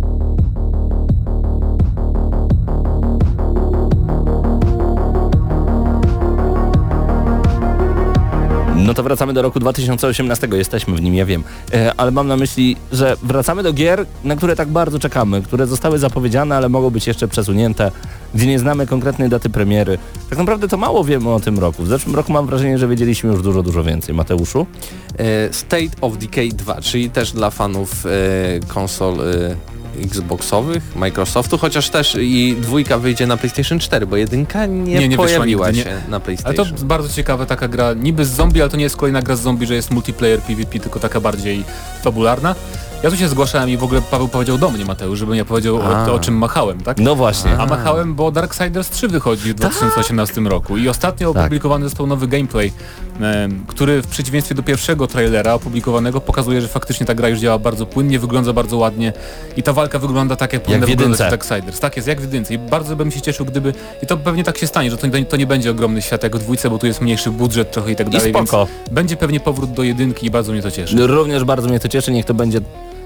No to wracamy do roku 2018, jesteśmy w nim, ja wiem, ale mam na myśli, że wracamy do gier, na które tak bardzo czekamy, które zostały zapowiedziane, ale mogą być jeszcze przesunięte, gdzie nie znamy konkretnej daty premiery. Tak naprawdę to mało wiemy o tym roku. W zeszłym roku mam wrażenie, że wiedzieliśmy już dużo więcej. Mateuszu? State of Decay 2, czyli też dla fanów konsol Xboxowych, Microsoftu, chociaż też i 2 wyjdzie na PlayStation 4, bo 1 nie pojawiła się na PlayStation. Ale to bardzo ciekawa taka gra, niby z zombie, ale to nie jest kolejna gra z zombie, że jest multiplayer PvP, tylko taka bardziej fabularna. Ja tu się zgłaszałem i w ogóle Paweł powiedział do mnie, Mateusz, żebym ja powiedział o czym machałem, tak? No właśnie. A machałem, bo Darksiders 3 wychodzi w 2018 roku i ostatnio opublikowany został nowy gameplay, który w przeciwieństwie do pierwszego trailera opublikowanego pokazuje, że faktycznie ta gra już działa bardzo płynnie, wygląda bardzo ładnie i ta walka wygląda tak, jak powinna wyglądać w Darksiders. Tak jest, jak w jedynce i bardzo bym się cieszył, gdyby, i to pewnie tak się stanie, że to nie będzie ogromny świat jak w 2, bo tu jest mniejszy budżet trochę i tak dalej, więc będzie pewnie powrót do 1 i bardzo mnie to cieszy. Również bardzo mnie to cieszy, niech to będzie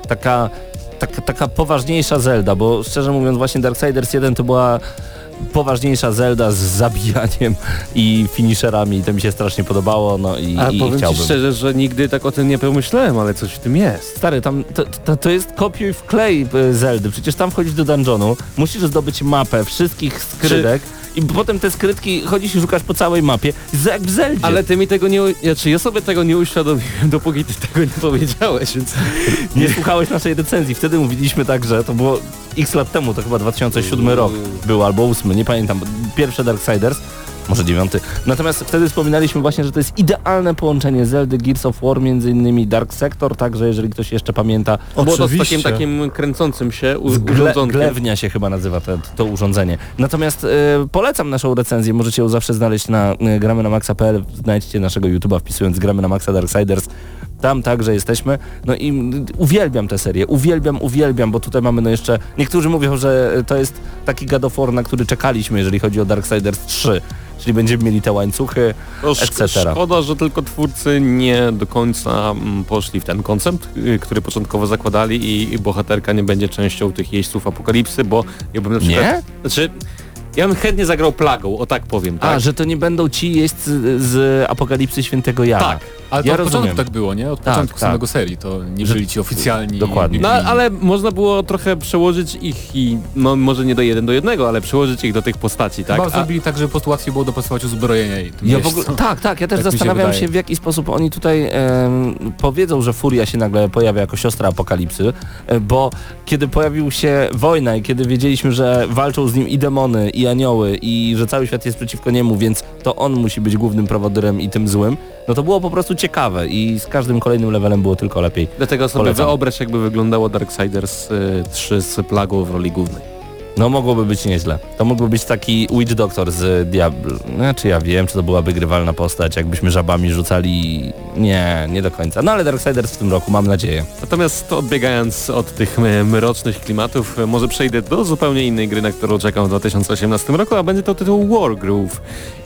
taka poważniejsza Zelda, bo szczerze mówiąc właśnie Darksiders 1 to była poważniejsza Zelda z zabijaniem i finisherami i to mi się strasznie podobało, no i powiem chciałbym. ci szczerze, że nigdy tak o tym nie pomyślałem, ale coś w tym jest. Stary, tam to jest kopiuj wklej Zeldy, przecież tam wchodzisz do dungeonu, musisz zdobyć mapę wszystkich skrytek i potem te skrytki chodzisz i szukasz po całej mapie, jak w Zeldzie. Ale ty mi tego ja sobie tego nie uświadomiłem, dopóki ty tego nie powiedziałeś, więc... Nie słuchałeś naszej recenzji, wtedy mówiliśmy tak, że to było x lat temu, to chyba 2007 rok był albo 8, nie pamiętam, pierwsze Darksiders, może 9. Natomiast wtedy wspominaliśmy właśnie, że to jest idealne połączenie Zeldy, Gears of War, między innymi Dark Sector, także jeżeli ktoś jeszcze pamięta. Było to z takim kręcącym się urządzonkiem. Glewnia się chyba nazywa to urządzenie. Natomiast polecam naszą recenzję, możecie ją zawsze znaleźć na gramy na maxa.pl, znajdźcie naszego YouTube'a wpisując gramy na maxa Darksiders. Tam także jesteśmy. No i uwielbiam tę serię, uwielbiam, bo tutaj mamy no jeszcze... Niektórzy mówią, że to jest taki God of War, na który czekaliśmy, jeżeli chodzi o Darksiders 3. Czyli będziemy mieli te łańcuchy, etc. Szkoda, że tylko twórcy nie do końca poszli w ten koncept, który początkowo zakładali i bohaterka nie będzie częścią tych jeźdźców apokalipsy, bo ja bym na przykład... Nie? Znaczy, ja bym chętnie zagrał plagą, o tak powiem. Tak? A, że to nie będą ci jeźdźcy z Apokalipsy Świętego Jana. Tak, ale to ja od rozumiem. początku tak było, nie? Od początku samego serii, to nie byli ci oficjalni. Dokładnie. No ale można było trochę przełożyć ich i, no może nie do 1 do 1, ale przełożyć ich do tych postaci, tak? Chyba zrobili tak, żeby po prostu łatwiej było dopasować uzbrojenia i tym Ja w ogóle, tak, ja też zastanawiam się, w jaki sposób oni tutaj powiedzą, że Furia się nagle pojawia jako siostra Apokalipsy, bo kiedy pojawił się wojna i kiedy wiedzieliśmy, że walczą z nim i demony, i anioły, i że cały świat jest przeciwko niemu, więc to on musi być głównym prowodyrem i tym złym, no to było po prostu ciekawe i z każdym kolejnym levelem było tylko lepiej. Dlatego sobie wyobraź, jakby wyglądało Darksiders 3 z plagą w roli głównej. No mogłoby być nieźle. To mógłby być taki Witch Doctor z Diablo. Znaczy ja wiem, czy to byłaby grywalna postać, jakbyśmy żabami rzucali. Nie do końca. No ale Darksiders w tym roku, mam nadzieję. Natomiast odbiegając od tych mrocznych klimatów, może przejdę do zupełnie innej gry, na którą czekam w 2018 roku, a będzie to tytuł Wargroove.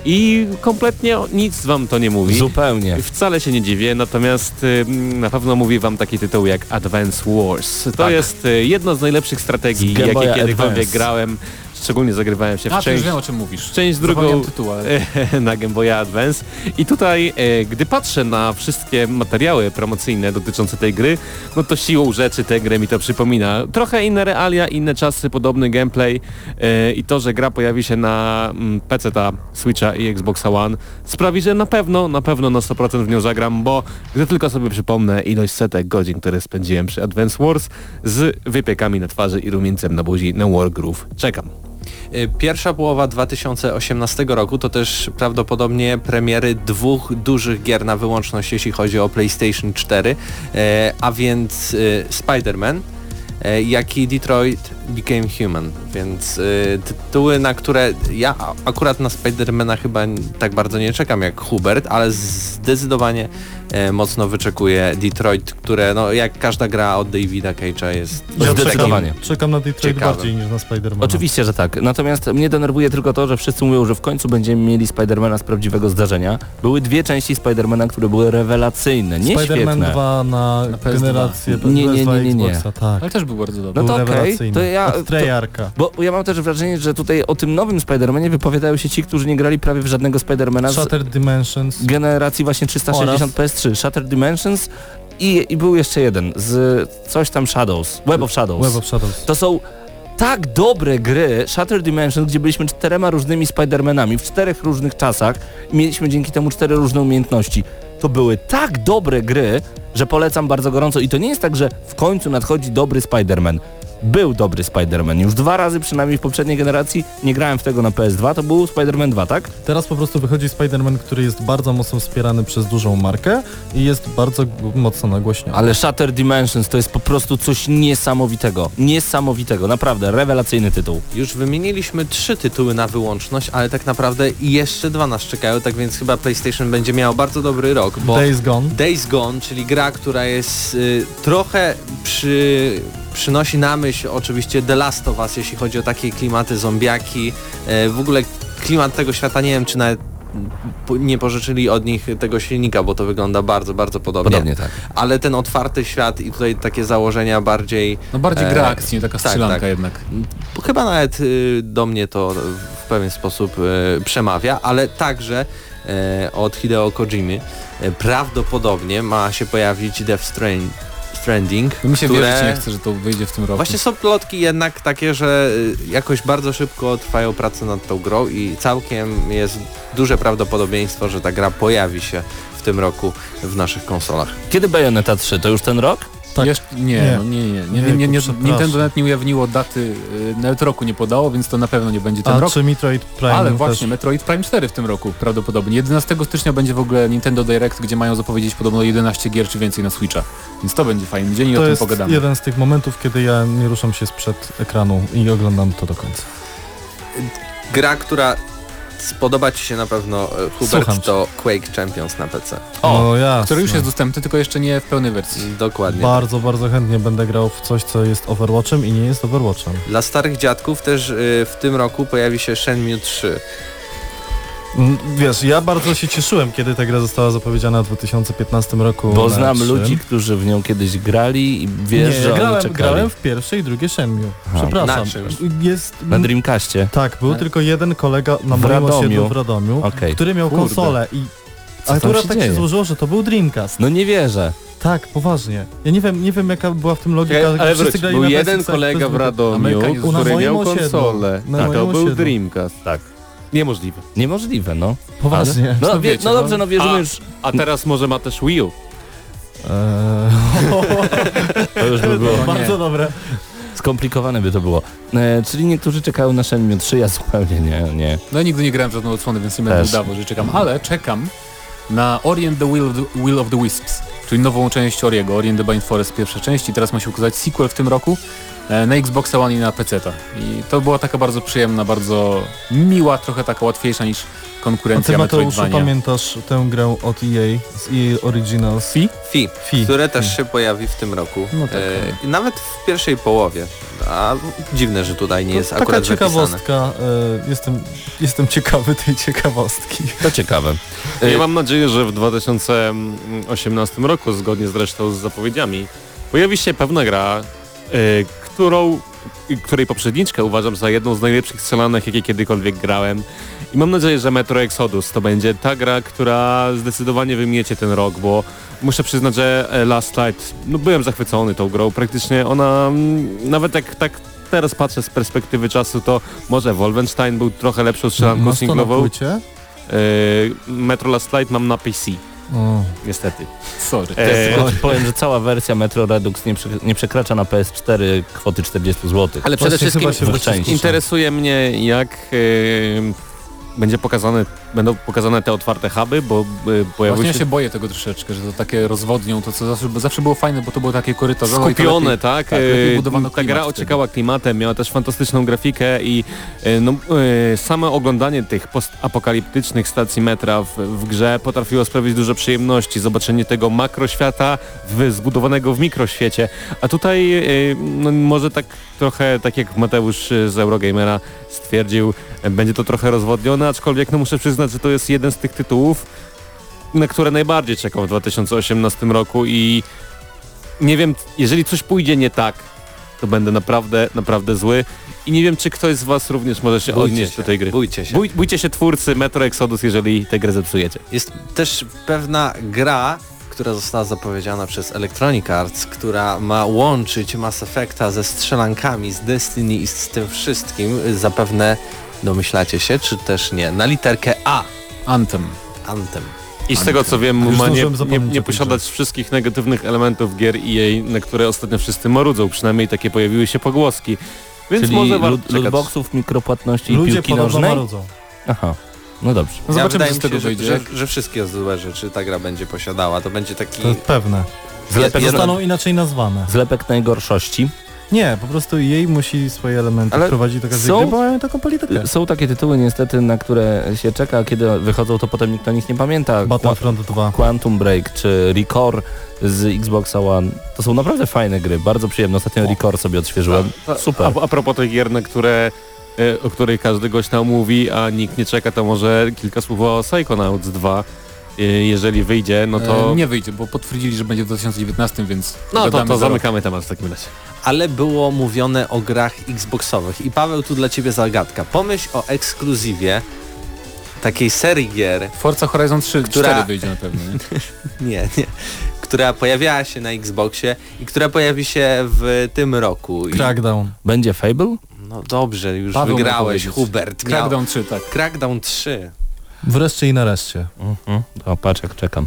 I kompletnie nic wam to nie mówi. Zupełnie. Wcale się nie dziwię, natomiast na pewno mówi wam taki tytuł jak Advance Wars. To jest jedno z najlepszych strategii, jakie kiedykolwiek grałem. Szczególnie zagrywałem się w część... wiem, o czym mówisz. Część drugą tytuł, ale... na Game Boy Advance. I tutaj, gdy patrzę na wszystkie materiały promocyjne dotyczące tej gry, no to siłą rzeczy tę grę mi to przypomina. Trochę inne realia, inne czasy, podobny gameplay i to, że gra pojawi się na PC-ta, Switcha i Xboxa One sprawi, że na pewno na 100% w nią zagram, bo gdy tylko sobie przypomnę ilość setek godzin, które spędziłem przy Advance Wars z wypiekami na twarzy i rumieńcem na buzi na Wargroove. Czekam. Pierwsza połowa 2018 roku to też prawdopodobnie premiery 2 dużych gier na wyłączność, jeśli chodzi o PlayStation 4, a więc Spider-Man, jak i Detroit Became Human, więc tytuły, na które ja akurat na Spidermana chyba tak bardzo nie czekam jak Hubert, ale zdecydowanie mocno wyczekuję Detroit, które no jak każda gra od Davida Cage'a jest... Zdecydowanie. Czekam na Detroit ciekawym. bardziej niż na Spidermana. Oczywiście, że tak. Natomiast mnie denerwuje tylko to, że wszyscy mówią, że w końcu będziemy mieli Spidermana z prawdziwego zdarzenia. Były 2 części Spidermana, które były rewelacyjne, nie Spider-Man świetne. 2 na PS2. generację Nie. Xboxa, tak. Ale też był bardzo dobry. No to Był okej, rewelacyjny. to ja... Od Treyarcha. Bo ja mam też wrażenie, że tutaj o tym nowym Spider-Manie wypowiadają się ci, którzy nie grali prawie w żadnego Spider-Mana z Shattered Dimensions. generacji właśnie 360 PS3. Shattered Dimensions i był jeszcze jeden z coś tam Shadows, Web of Shadows. Web of Shadows. To są tak dobre gry, Shattered Dimensions, gdzie byliśmy 4 różnymi Spider-Manami w 4 różnych czasach i mieliśmy dzięki temu 4 różne umiejętności. To były tak dobre gry, że polecam bardzo gorąco i to nie jest tak, że w końcu nadchodzi dobry Spider-Man. Był dobry Spider-Man. Już 2 razy przynajmniej w poprzedniej generacji nie grałem w tego na PS2, to był Spider-Man 2, tak? Teraz po prostu wychodzi Spider-Man, który jest bardzo mocno wspierany przez dużą markę i jest bardzo mocno nagłośniony. Ale Shattered Dimensions to jest po prostu coś niesamowitego. Niesamowitego, naprawdę, rewelacyjny tytuł. Już wymieniliśmy 3 tytuły na wyłączność, ale tak naprawdę jeszcze 2 nas czekają, tak więc chyba PlayStation będzie miał bardzo dobry rok, bo Days Gone, czyli gra, która jest trochę przynosi na myśl oczywiście The Last of Us, jeśli chodzi o takie klimaty zombiaki. W ogóle klimat tego świata, nie wiem czy nawet nie pożyczyli od nich tego silnika, bo to wygląda bardzo, bardzo podobnie. Podobnie tak. Ale ten otwarty świat i tutaj takie założenia bardziej... No bardziej gra akcji, taka strzelanka tak. jednak. Chyba nawet do mnie to w pewien sposób przemawia, ale także od Hideo Kojimy prawdopodobnie ma się pojawić Death Stranding, Mi się które... wierzyć nie chce, że to wyjdzie w tym roku. Właśnie są plotki jednak takie, że jakoś bardzo szybko trwają prace nad tą grą i całkiem jest duże prawdopodobieństwo, że ta gra pojawi się w tym roku w naszych konsolach. Kiedy Bayonetta 3? To już ten rok? Tak. Nie. przepraszam. Nintendo nawet nie ujawniło daty, nawet roku nie podało, więc to na pewno nie będzie ten rok. Czy Metroid Prime Ale też... właśnie, Metroid Prime 4 w tym roku prawdopodobnie. 11 stycznia będzie w ogóle Nintendo Direct, gdzie mają zapowiedzieć podobno 11 gier czy więcej na Switcha. Więc to będzie fajny dzień i o tym pogadamy. To jest jeden z tych momentów, kiedy ja nie ruszam się sprzed ekranu i oglądam to do końca. Gra, która spodoba Ci się na pewno, Hubert, to Quake Champions na PC. O, jasne. Który już jest dostępny, tylko jeszcze nie w pełnej wersji. Dokładnie. Bardzo, bardzo chętnie będę grał w coś, co jest Overwatchem i nie jest Overwatchem. Dla starych dziadków też w tym roku pojawi się Shenmue 3. Wiesz, ja bardzo się cieszyłem, kiedy ta gra została zapowiedziana w 2015 roku. Bo na znam 3. ludzi, którzy w nią kiedyś grali i wiesz, Nie, że oni ja czekali. grałem w pierwszej i drugiej Shenmue. Aha. Przepraszam. Na czym? Jest... Na Dreamcastie. Tak, był tylko jeden kolega na W moim Radomiu. osiedlu w Radomiu, Okej. który miał Kurde. konsolę i Co tam akurat się tak dzieje? się złożyło, że to był Dreamcast. No nie wierzę. Tak, poważnie. Ja nie wiem jaka była w tym logika. Ale Wszyscy wróć, grali był na jeden PSX-ach, kolega to w jest- Radomiu, Amerykanin. Na który moim miał osiedlu. konsolę. Na Tak, to moim był osiedlu. Dreamcast. Tak. Niemożliwe. Niemożliwe, no. Poważnie. No, No wiecie, no dobrze, no wierzymy A- już. A teraz może ma też Wii U. To już by było. Bardzo dobre. Skomplikowane by to było. Czyli niektórzy czekają na Shenmue 3, ja zupełnie nie. No ja nigdy nie grałem w żadną odsłonę, więc nie będę Też. udawał, że czekam. Ale czekam na Ori and the Will of the Wisps, czyli nową część Oriego, Ori and the Blind Forest pierwsza część i teraz ma się ukazać sequel w tym roku na Xboxa One i na PC-ta. I to była taka bardzo przyjemna, bardzo miła, trochę taka łatwiejsza niż A konkurencja ty, Mateuszu, Metroidvania. pamiętasz tę grę od EA z EA Originals? Fi? Fi, które też się pojawi w tym roku. No tak. Nawet w pierwszej połowie. A dziwne, że tutaj nie jest Taka akurat wypisane. ciekawostka. Jestem ciekawy tej ciekawostki. To ciekawe. Ja mam nadzieję, że w 2018 roku, zgodnie zresztą z zapowiedziami, pojawi się pewna gra, której poprzedniczkę uważam za jedną z najlepszych strzelanek, jakie kiedykolwiek grałem. I mam nadzieję, że Metro Exodus to będzie ta gra, która zdecydowanie wymiecie ten rok, bo muszę przyznać, że Last Light, no byłem zachwycony tą grą. Praktycznie ona, nawet jak tak teraz patrzę z perspektywy czasu, to może Wolfenstein był trochę lepszą strzelanką Masz to na singlową. płycie? Metro Last Light mam na PC, O. niestety. Sorry. Powiem, że cała wersja Metro Redux nie przekracza na PS4 kwoty 40 zł. Ale przede Właśnie wszystkim chyba się w części. interesuje mnie, jak będzie pokazany będą pokazane te otwarte huby, bo pojawiły Właśnie się... się boję tego troszeczkę, że to takie rozwodnią, to co zawsze było fajne, bo to było takie korytarzowe. Skupione, tak? Lepiej budowano ta klimat gra wtedy. ociekała klimatem, miała też fantastyczną grafikę i same oglądanie tych postapokaliptycznych stacji metra w grze potrafiło sprawić dużo przyjemności. Zobaczenie tego makroświata zbudowanego w mikroświecie. A tutaj może tak trochę, tak jak Mateusz z Eurogamera stwierdził, będzie to trochę rozwodnione, aczkolwiek muszę przyznać, że to jest jeden z tych tytułów, na które najbardziej czekam w 2018 roku i nie wiem, jeżeli coś pójdzie nie tak, to będę naprawdę zły i nie wiem, czy ktoś z was również może się odnieść do tej gry. Bójcie się. Bójcie się twórcy Metro Exodus, jeżeli tę grę zepsujecie. Jest też pewna gra, która została zapowiedziana przez Electronic Arts, która ma łączyć Mass Effecta ze strzelankami, z Destiny i z tym wszystkim. Zapewne domyślacie się, czy też nie. Na literkę A. Anthem. I z tego co wiem, Już ma zdążyłem zapomnieć nie o tej posiadać wszystkich negatywnych elementów gier EA, na które ostatnio wszyscy marudzą. Przynajmniej takie pojawiły się pogłoski. Więc Czyli może warto czekać. lootboxów, mikropłatności i Ludzie piłki podobno nożnej? marudzą. Aha, no dobrze. No zobaczymy, wydaje co z mi tego się, wyjdzie. że wszystkie złe rzeczy ta gra będzie posiadała. To będzie taki... To jest pewne. Zlepek, Zostaną inaczej nazwane. zlepek najgorszości. Nie, po prostu jej musi swoje elementy Ale wprowadzić do każdej są- gry, bo mają taką politykę. Są takie tytuły niestety, na które się czeka, kiedy wychodzą, to potem nikt o nich nie pamięta. Battlefront 2. Quantum Break czy Recore z Xboxa One. To są naprawdę fajne gry, bardzo przyjemne. Ostatnio Recore sobie odświeżyłem. Super. A propos tych gier, na które, o której każdy gość nam mówi, a nikt nie czeka, to może kilka słów o Psychonauts 2. Jeżeli wyjdzie, no to... Nie wyjdzie, bo potwierdzili, że będzie w 2019, więc... No to gadamy za rok. zamykamy temat w takim razie. Ale było mówione o grach Xboxowych. I Paweł, tu dla ciebie zagadka. Pomyśl o ekskluzywie takiej serii gier, Forza Horizon 3, Która- 4 wyjdzie na pewno, nie? nie, która pojawiała się na Xboxie i która pojawi się w tym roku. I, Crackdown. Będzie Fable? no dobrze, już Paweł wygrałeś, mógł powiedzieć. Hubert. Crackdown 3, tak. Crackdown 3. Wreszcie i nareszcie. O, patrz jak czekam.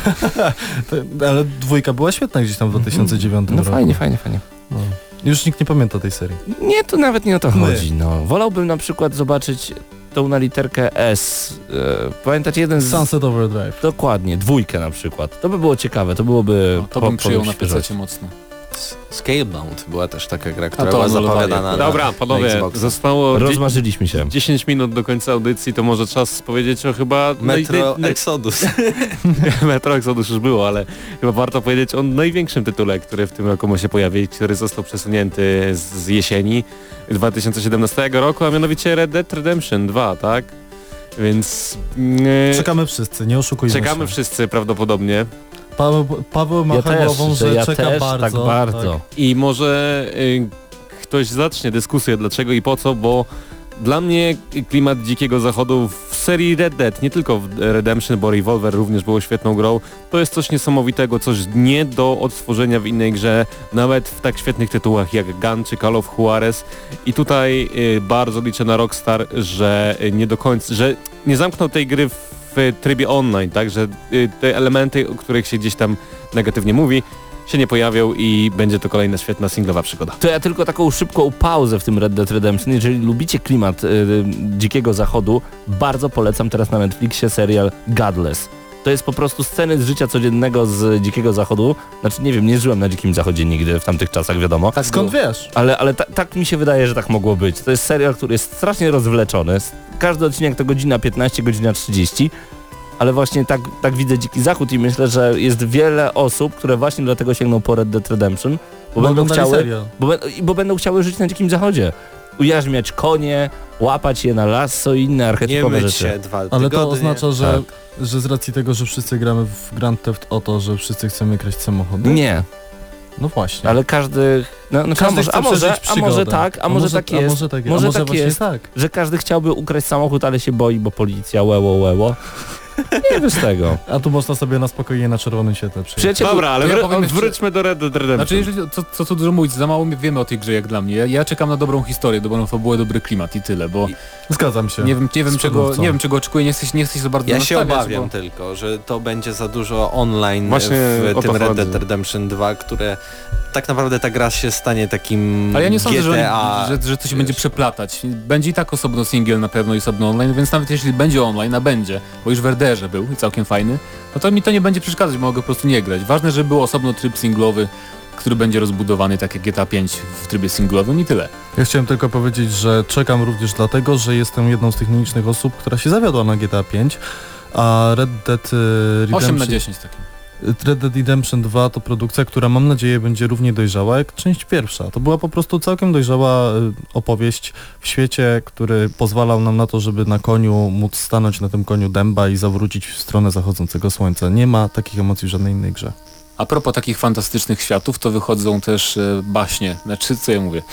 Ale dwójka była świetna gdzieś tam w 2009 No roku. fajnie. No. Już nikt nie pamięta tej serii. Nie, to nawet nie o to My. chodzi. No. Wolałbym na przykład zobaczyć tą na literkę S. Pamiętacie jeden z... Sunset Overdrive. Dokładnie, dwójkę na przykład. To by było ciekawe, to byłoby... No, to bym przyjął na świeżości. PC mocno. Scalebound była też taka gra, która to była anulowali zapowiadana na, Dobra, na panowie, Xboxa. zostało Rozmarzyliśmy się. 10 minut do końca audycji, to może czas powiedzieć o chyba... Metro Exodus. Metro Exodus już było, ale chyba warto powiedzieć o największym tytule, który w tym roku ma się pojawić, który został przesunięty z jesieni 2017 roku, a mianowicie Red Dead Redemption 2, tak? Więc... Czekamy wszyscy, nie oszukujmy czekamy się. wszyscy prawdopodobnie. Paweł macha głową, że ja czeka też bardzo. tak bardzo. I może ktoś zacznie dyskusję dlaczego i po co, bo dla mnie klimat Dzikiego Zachodu w serii Red Dead, nie tylko w Redemption, bo Revolver również było świetną grą, to jest coś niesamowitego, coś nie do odtworzenia w innej grze, nawet w tak świetnych tytułach jak Gun czy Call of Juarez. I tutaj bardzo liczę na Rockstar, że nie do końca, że nie zamknął tej gry w trybie online, tak, że te elementy, o których się gdzieś tam negatywnie mówi, się nie pojawią i będzie to kolejna świetna singlowa przygoda. To ja tylko taką szybką pauzę w tym Red Dead Redemption. Jeżeli lubicie klimat Dzikiego Zachodu, bardzo polecam teraz na Netflixie serial Godless. To jest po prostu sceny z życia codziennego z Dzikiego Zachodu. Znaczy nie wiem, nie żyłem na Dzikim Zachodzie nigdy w tamtych czasach, wiadomo. Tak, skąd wiesz? Ale tak mi się wydaje, że tak mogło być. To jest serial, który jest strasznie rozwleczony. Każdy odcinek to godzina 15, godzina 30. Ale właśnie tak widzę Dziki Zachód i myślę, że jest wiele osób, które właśnie dlatego sięgną po Red Dead Redemption, bo będą chciały żyć na Dzikim Zachodzie. Ujarzmiać konie, łapać je na lasso i inne Nie archetypowe myć rzeczy. się 2 Ale tygodnie. to oznacza, że, Tak. że z racji tego, że wszyscy gramy w Grand Theft Auto, że wszyscy chcemy kraść samochody? Nie, No właśnie. ale każdy... Każdy chce przeżyć a przygodę. może tak, a może tak jest. A może tak jest. Może A może tak właśnie jest. tak. Że każdy chciałby ukraść samochód, ale się boi, bo policja łeło. Nie wiesz tego. A tu można sobie na spokojnie na czerwonym świetle przyjechać. Przyjacielu, Dobra, ale ja powiem wróćmy do Red Dead Redemption. Znaczy, jeżeli, co tu dużo mówić, za mało wiemy o tej grze jak dla mnie. Ja czekam na dobrą historię, dobrą fabułę, dobry klimat i tyle, bo Zgadzam się. nie wiem czego oczekuję, nie chcesz za bardzo Ja się nastawiać, obawiam bo... tylko, że to będzie za dużo online Właśnie w o to tym Red Dead chodzi. Redemption 2, które tak naprawdę ta gra się stanie takim Ale ja nie sądzę, GTA. że to się będzie przeplatać. Będzie i tak osobno single na pewno i osobno online, więc nawet jeśli będzie online, a będzie, bo już w RDR-ze był i całkiem fajny, no to mi to nie będzie przeszkadzać, bo mogę po prostu nie grać. Ważne, żeby był osobno tryb singlowy, który będzie rozbudowany tak jak GTA 5 w trybie singlowym i tyle. Ja chciałem tylko powiedzieć, że czekam również dlatego, że jestem jedną z tych nielicznych osób, która się zawiodła na GTA 5, a Red Dead 8 na Redemption... 10 takim. Red Dead Redemption 2 to produkcja, która mam nadzieję będzie równie dojrzała jak część pierwsza. To była po prostu całkiem dojrzała opowieść w świecie, który pozwalał nam na to, żeby na koniu móc stanąć na tym koniu dęba i zawrócić w stronę zachodzącego słońca. Nie ma takich emocji w żadnej innej grze. A propos takich fantastycznych światów, to wychodzą też baśnie. Znaczy, co ja mówię?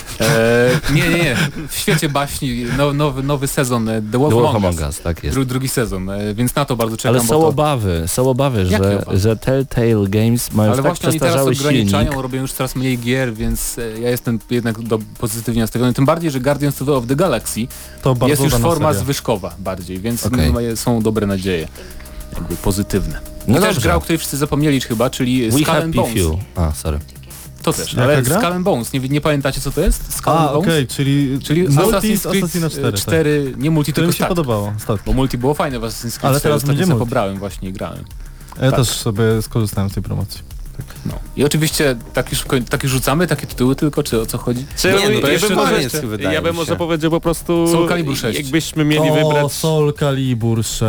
Nie. W świecie baśni nowy sezon The Wolf Among Us. tak jest. Drugi sezon, więc na to bardzo czekam. Ale są obawy, że Telltale Games mają ale tak właśnie oni teraz przestarzały ograniczają, silnik. robią już coraz mniej gier, więc ja jestem jednak pozytywnie nastawiony. Tym bardziej, że Guardians of the Galaxy To bardzo jest już dana forma seria. zwyżkowa bardziej, więc Okej. są dobre nadzieje. Jakby pozytywne. No I też dobrze. gra, o której wszyscy zapomnieli chyba, czyli We Skull and Happy Bones. Few. A, sorry. To też, Jaka ale gra? Skull and Bones, nie pamiętacie co to jest? Skull A, and Bones? okej, czyli multi z Assassina 4, 4 nie multi, które tylko mi się start. podobało. Ostatnio. Bo multi było fajne w Assassin's Creed Ale 4, teraz ostatnio będzie sobie multi. pobrałem właśnie i grałem. Ja Tak. też sobie skorzystałem z tej promocji. No. I oczywiście tak już rzucamy takie tytuły tylko, czy o co chodzi? Nie, no to ja jeszcze bym może, koniec, wydaje ja bym mi może się. powiedział po prostu, Soul Calibur 6. jakbyśmy mieli wybrać... Soul Calibur 6.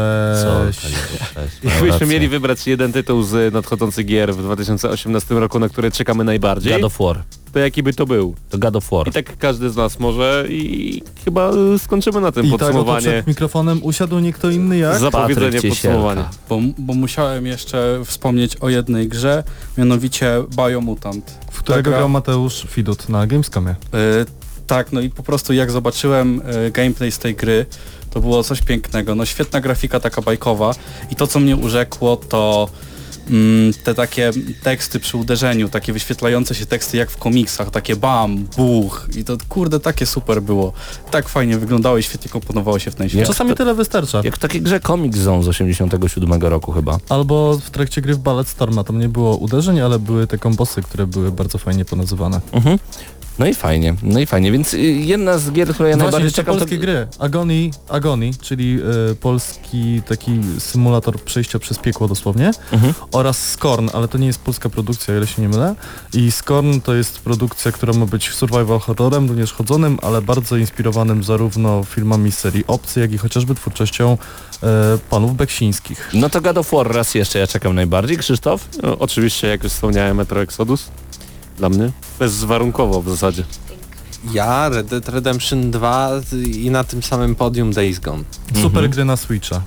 Jakbyśmy mieli wybrać jeden tytuł z nadchodzących gier w 2018 roku, na które czekamy najbardziej, God of War. to jaki by to był? To God of War. I tak każdy z nas może i chyba skończymy na tym I tak oto podsumowanie. przed mikrofonem usiadł nie kto inny jak... Zapowiedzenie Patryk Ciesielka. podsumowania. Bo musiałem jeszcze wspomnieć o jednej grze, mianowicie Biomutant. w którego Ta gra- grał Mateusz Widut na Gamescomie. Tak, no i po prostu jak zobaczyłem gameplay z tej gry, to było coś pięknego. No świetna grafika, taka bajkowa i to co mnie urzekło to te takie teksty przy uderzeniu, takie wyświetlające się teksty jak w komiksach, takie bam, buch i to kurde takie super było. Tak fajnie wyglądało i świetnie komponowało się w ten świat. Czasami tyle wystarcza. Jak w takiej grze Comic Zone z 87 roku chyba. Albo w trakcie gry w Ballet Storma tam nie było uderzeń, ale były te kombosy, które były bardzo fajnie ponazywane. Mhm. No i fajnie, więc jedna z gier, które ja Właśnie najbardziej jeszcze czekam, to... polskie gry. Agony, czyli polski taki symulator przejścia przez piekło dosłownie, oraz Scorn, ale to nie jest polska produkcja, o ile się nie mylę. I Scorn to jest produkcja, która ma być survival horrorem, również chodzonym, ale bardzo inspirowanym zarówno filmami z serii Obcy, jak i chociażby twórczością panów Beksińskich. No to God of War raz jeszcze ja czekam najbardziej. Krzysztof? No, oczywiście, jak już wspomniałem, Metro Exodus. Dla mnie. Bezwarunkowo w zasadzie. Ja, Red Dead Redemption 2 i na tym samym podium Days Gone. Super gry na Switcha.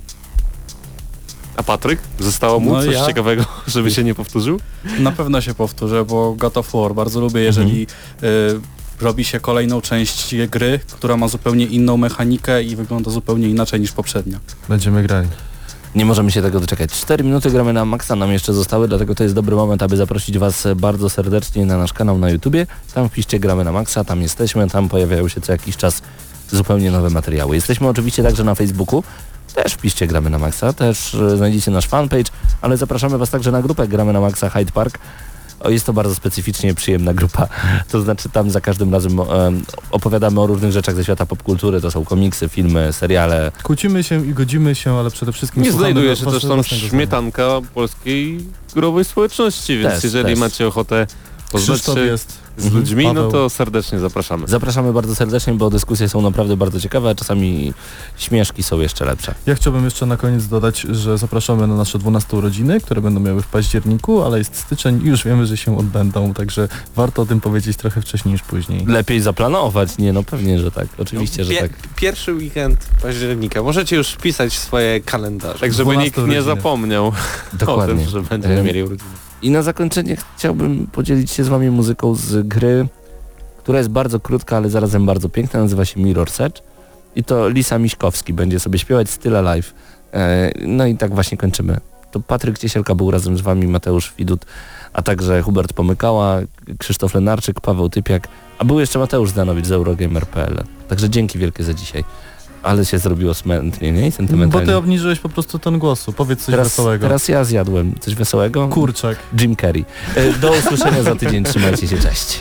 A Patryk? Zostało mu No coś ja- ciekawego, żeby się nie powtórzył? Na pewno się powtórzę, bo God of War bardzo lubię, jeżeli robi się kolejną część gry, która ma zupełnie inną mechanikę i wygląda zupełnie inaczej niż poprzednia. Będziemy grali. Nie możemy się tego doczekać. 4 minuty gramy na maksa nam jeszcze zostały, dlatego to jest dobry moment, aby zaprosić Was bardzo serdecznie na nasz kanał na YouTubie. Tam wpiszcie gramy na maksa, tam jesteśmy, tam pojawiają się co jakiś czas zupełnie nowe materiały. Jesteśmy oczywiście także na Facebooku. Też wpiszcie gramy na maksa, też znajdziecie nasz fanpage, ale zapraszamy Was także na grupę gramy na maksa Hyde Park. Jest to bardzo specyficznie przyjemna grupa, to znaczy tam za każdym razem opowiadamy o różnych rzeczach ze świata popkultury, to są komiksy, filmy, seriale. Kłócimy się i godzimy się, ale przede wszystkim Nie słuchamy znajduje się was- też tam własnego zdania. śmietanka polskiej growej społeczności, więc Też, jeżeli też. macie ochotę poznać Krzysztof się jest. z ludźmi, no Paweł. to serdecznie zapraszamy. Zapraszamy bardzo serdecznie, bo dyskusje są naprawdę bardzo ciekawe, a czasami śmieszki są jeszcze lepsze. Ja chciałbym jeszcze na koniec dodać, że zapraszamy na nasze 12 urodziny, które będą miały w październiku, ale jest styczeń i już wiemy, że się odbędą, także warto o tym powiedzieć trochę wcześniej niż później. Lepiej zaplanować, nie no pewnie, że tak, oczywiście, że tak. Pierwszy weekend października. Możecie już wpisać w swoje kalendarze. Tak, żeby 12 nikt nie urodziny. zapomniał o Dokładnie. tym, że będziemy mieli urodziny. I na zakończenie chciałbym podzielić się z Wami muzyką z gry, która jest bardzo krótka, ale zarazem bardzo piękna, nazywa się Mirror's Edge i to Lisa Miśkowski będzie sobie śpiewać Still Alive. No i tak właśnie kończymy. To Patryk Ciesielka był razem z wami, Mateusz Widut, a także Hubert Pomykała, Krzysztof Lenarczyk, Paweł Typiak, a był jeszcze Mateusz Zdanowicz z Eurogamer.pl. Także dzięki wielkie za dzisiaj. Ale się zrobiło smętnie, nie? I sentymentalnie. Bo ty obniżyłeś po prostu ton głosu. Powiedz coś wesołego. Teraz ja zjadłem coś wesołego. Kurczak. Jim Carrey. Do usłyszenia za tydzień. Trzymajcie się, cześć.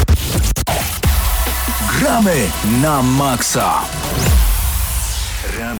Gramy na maksa.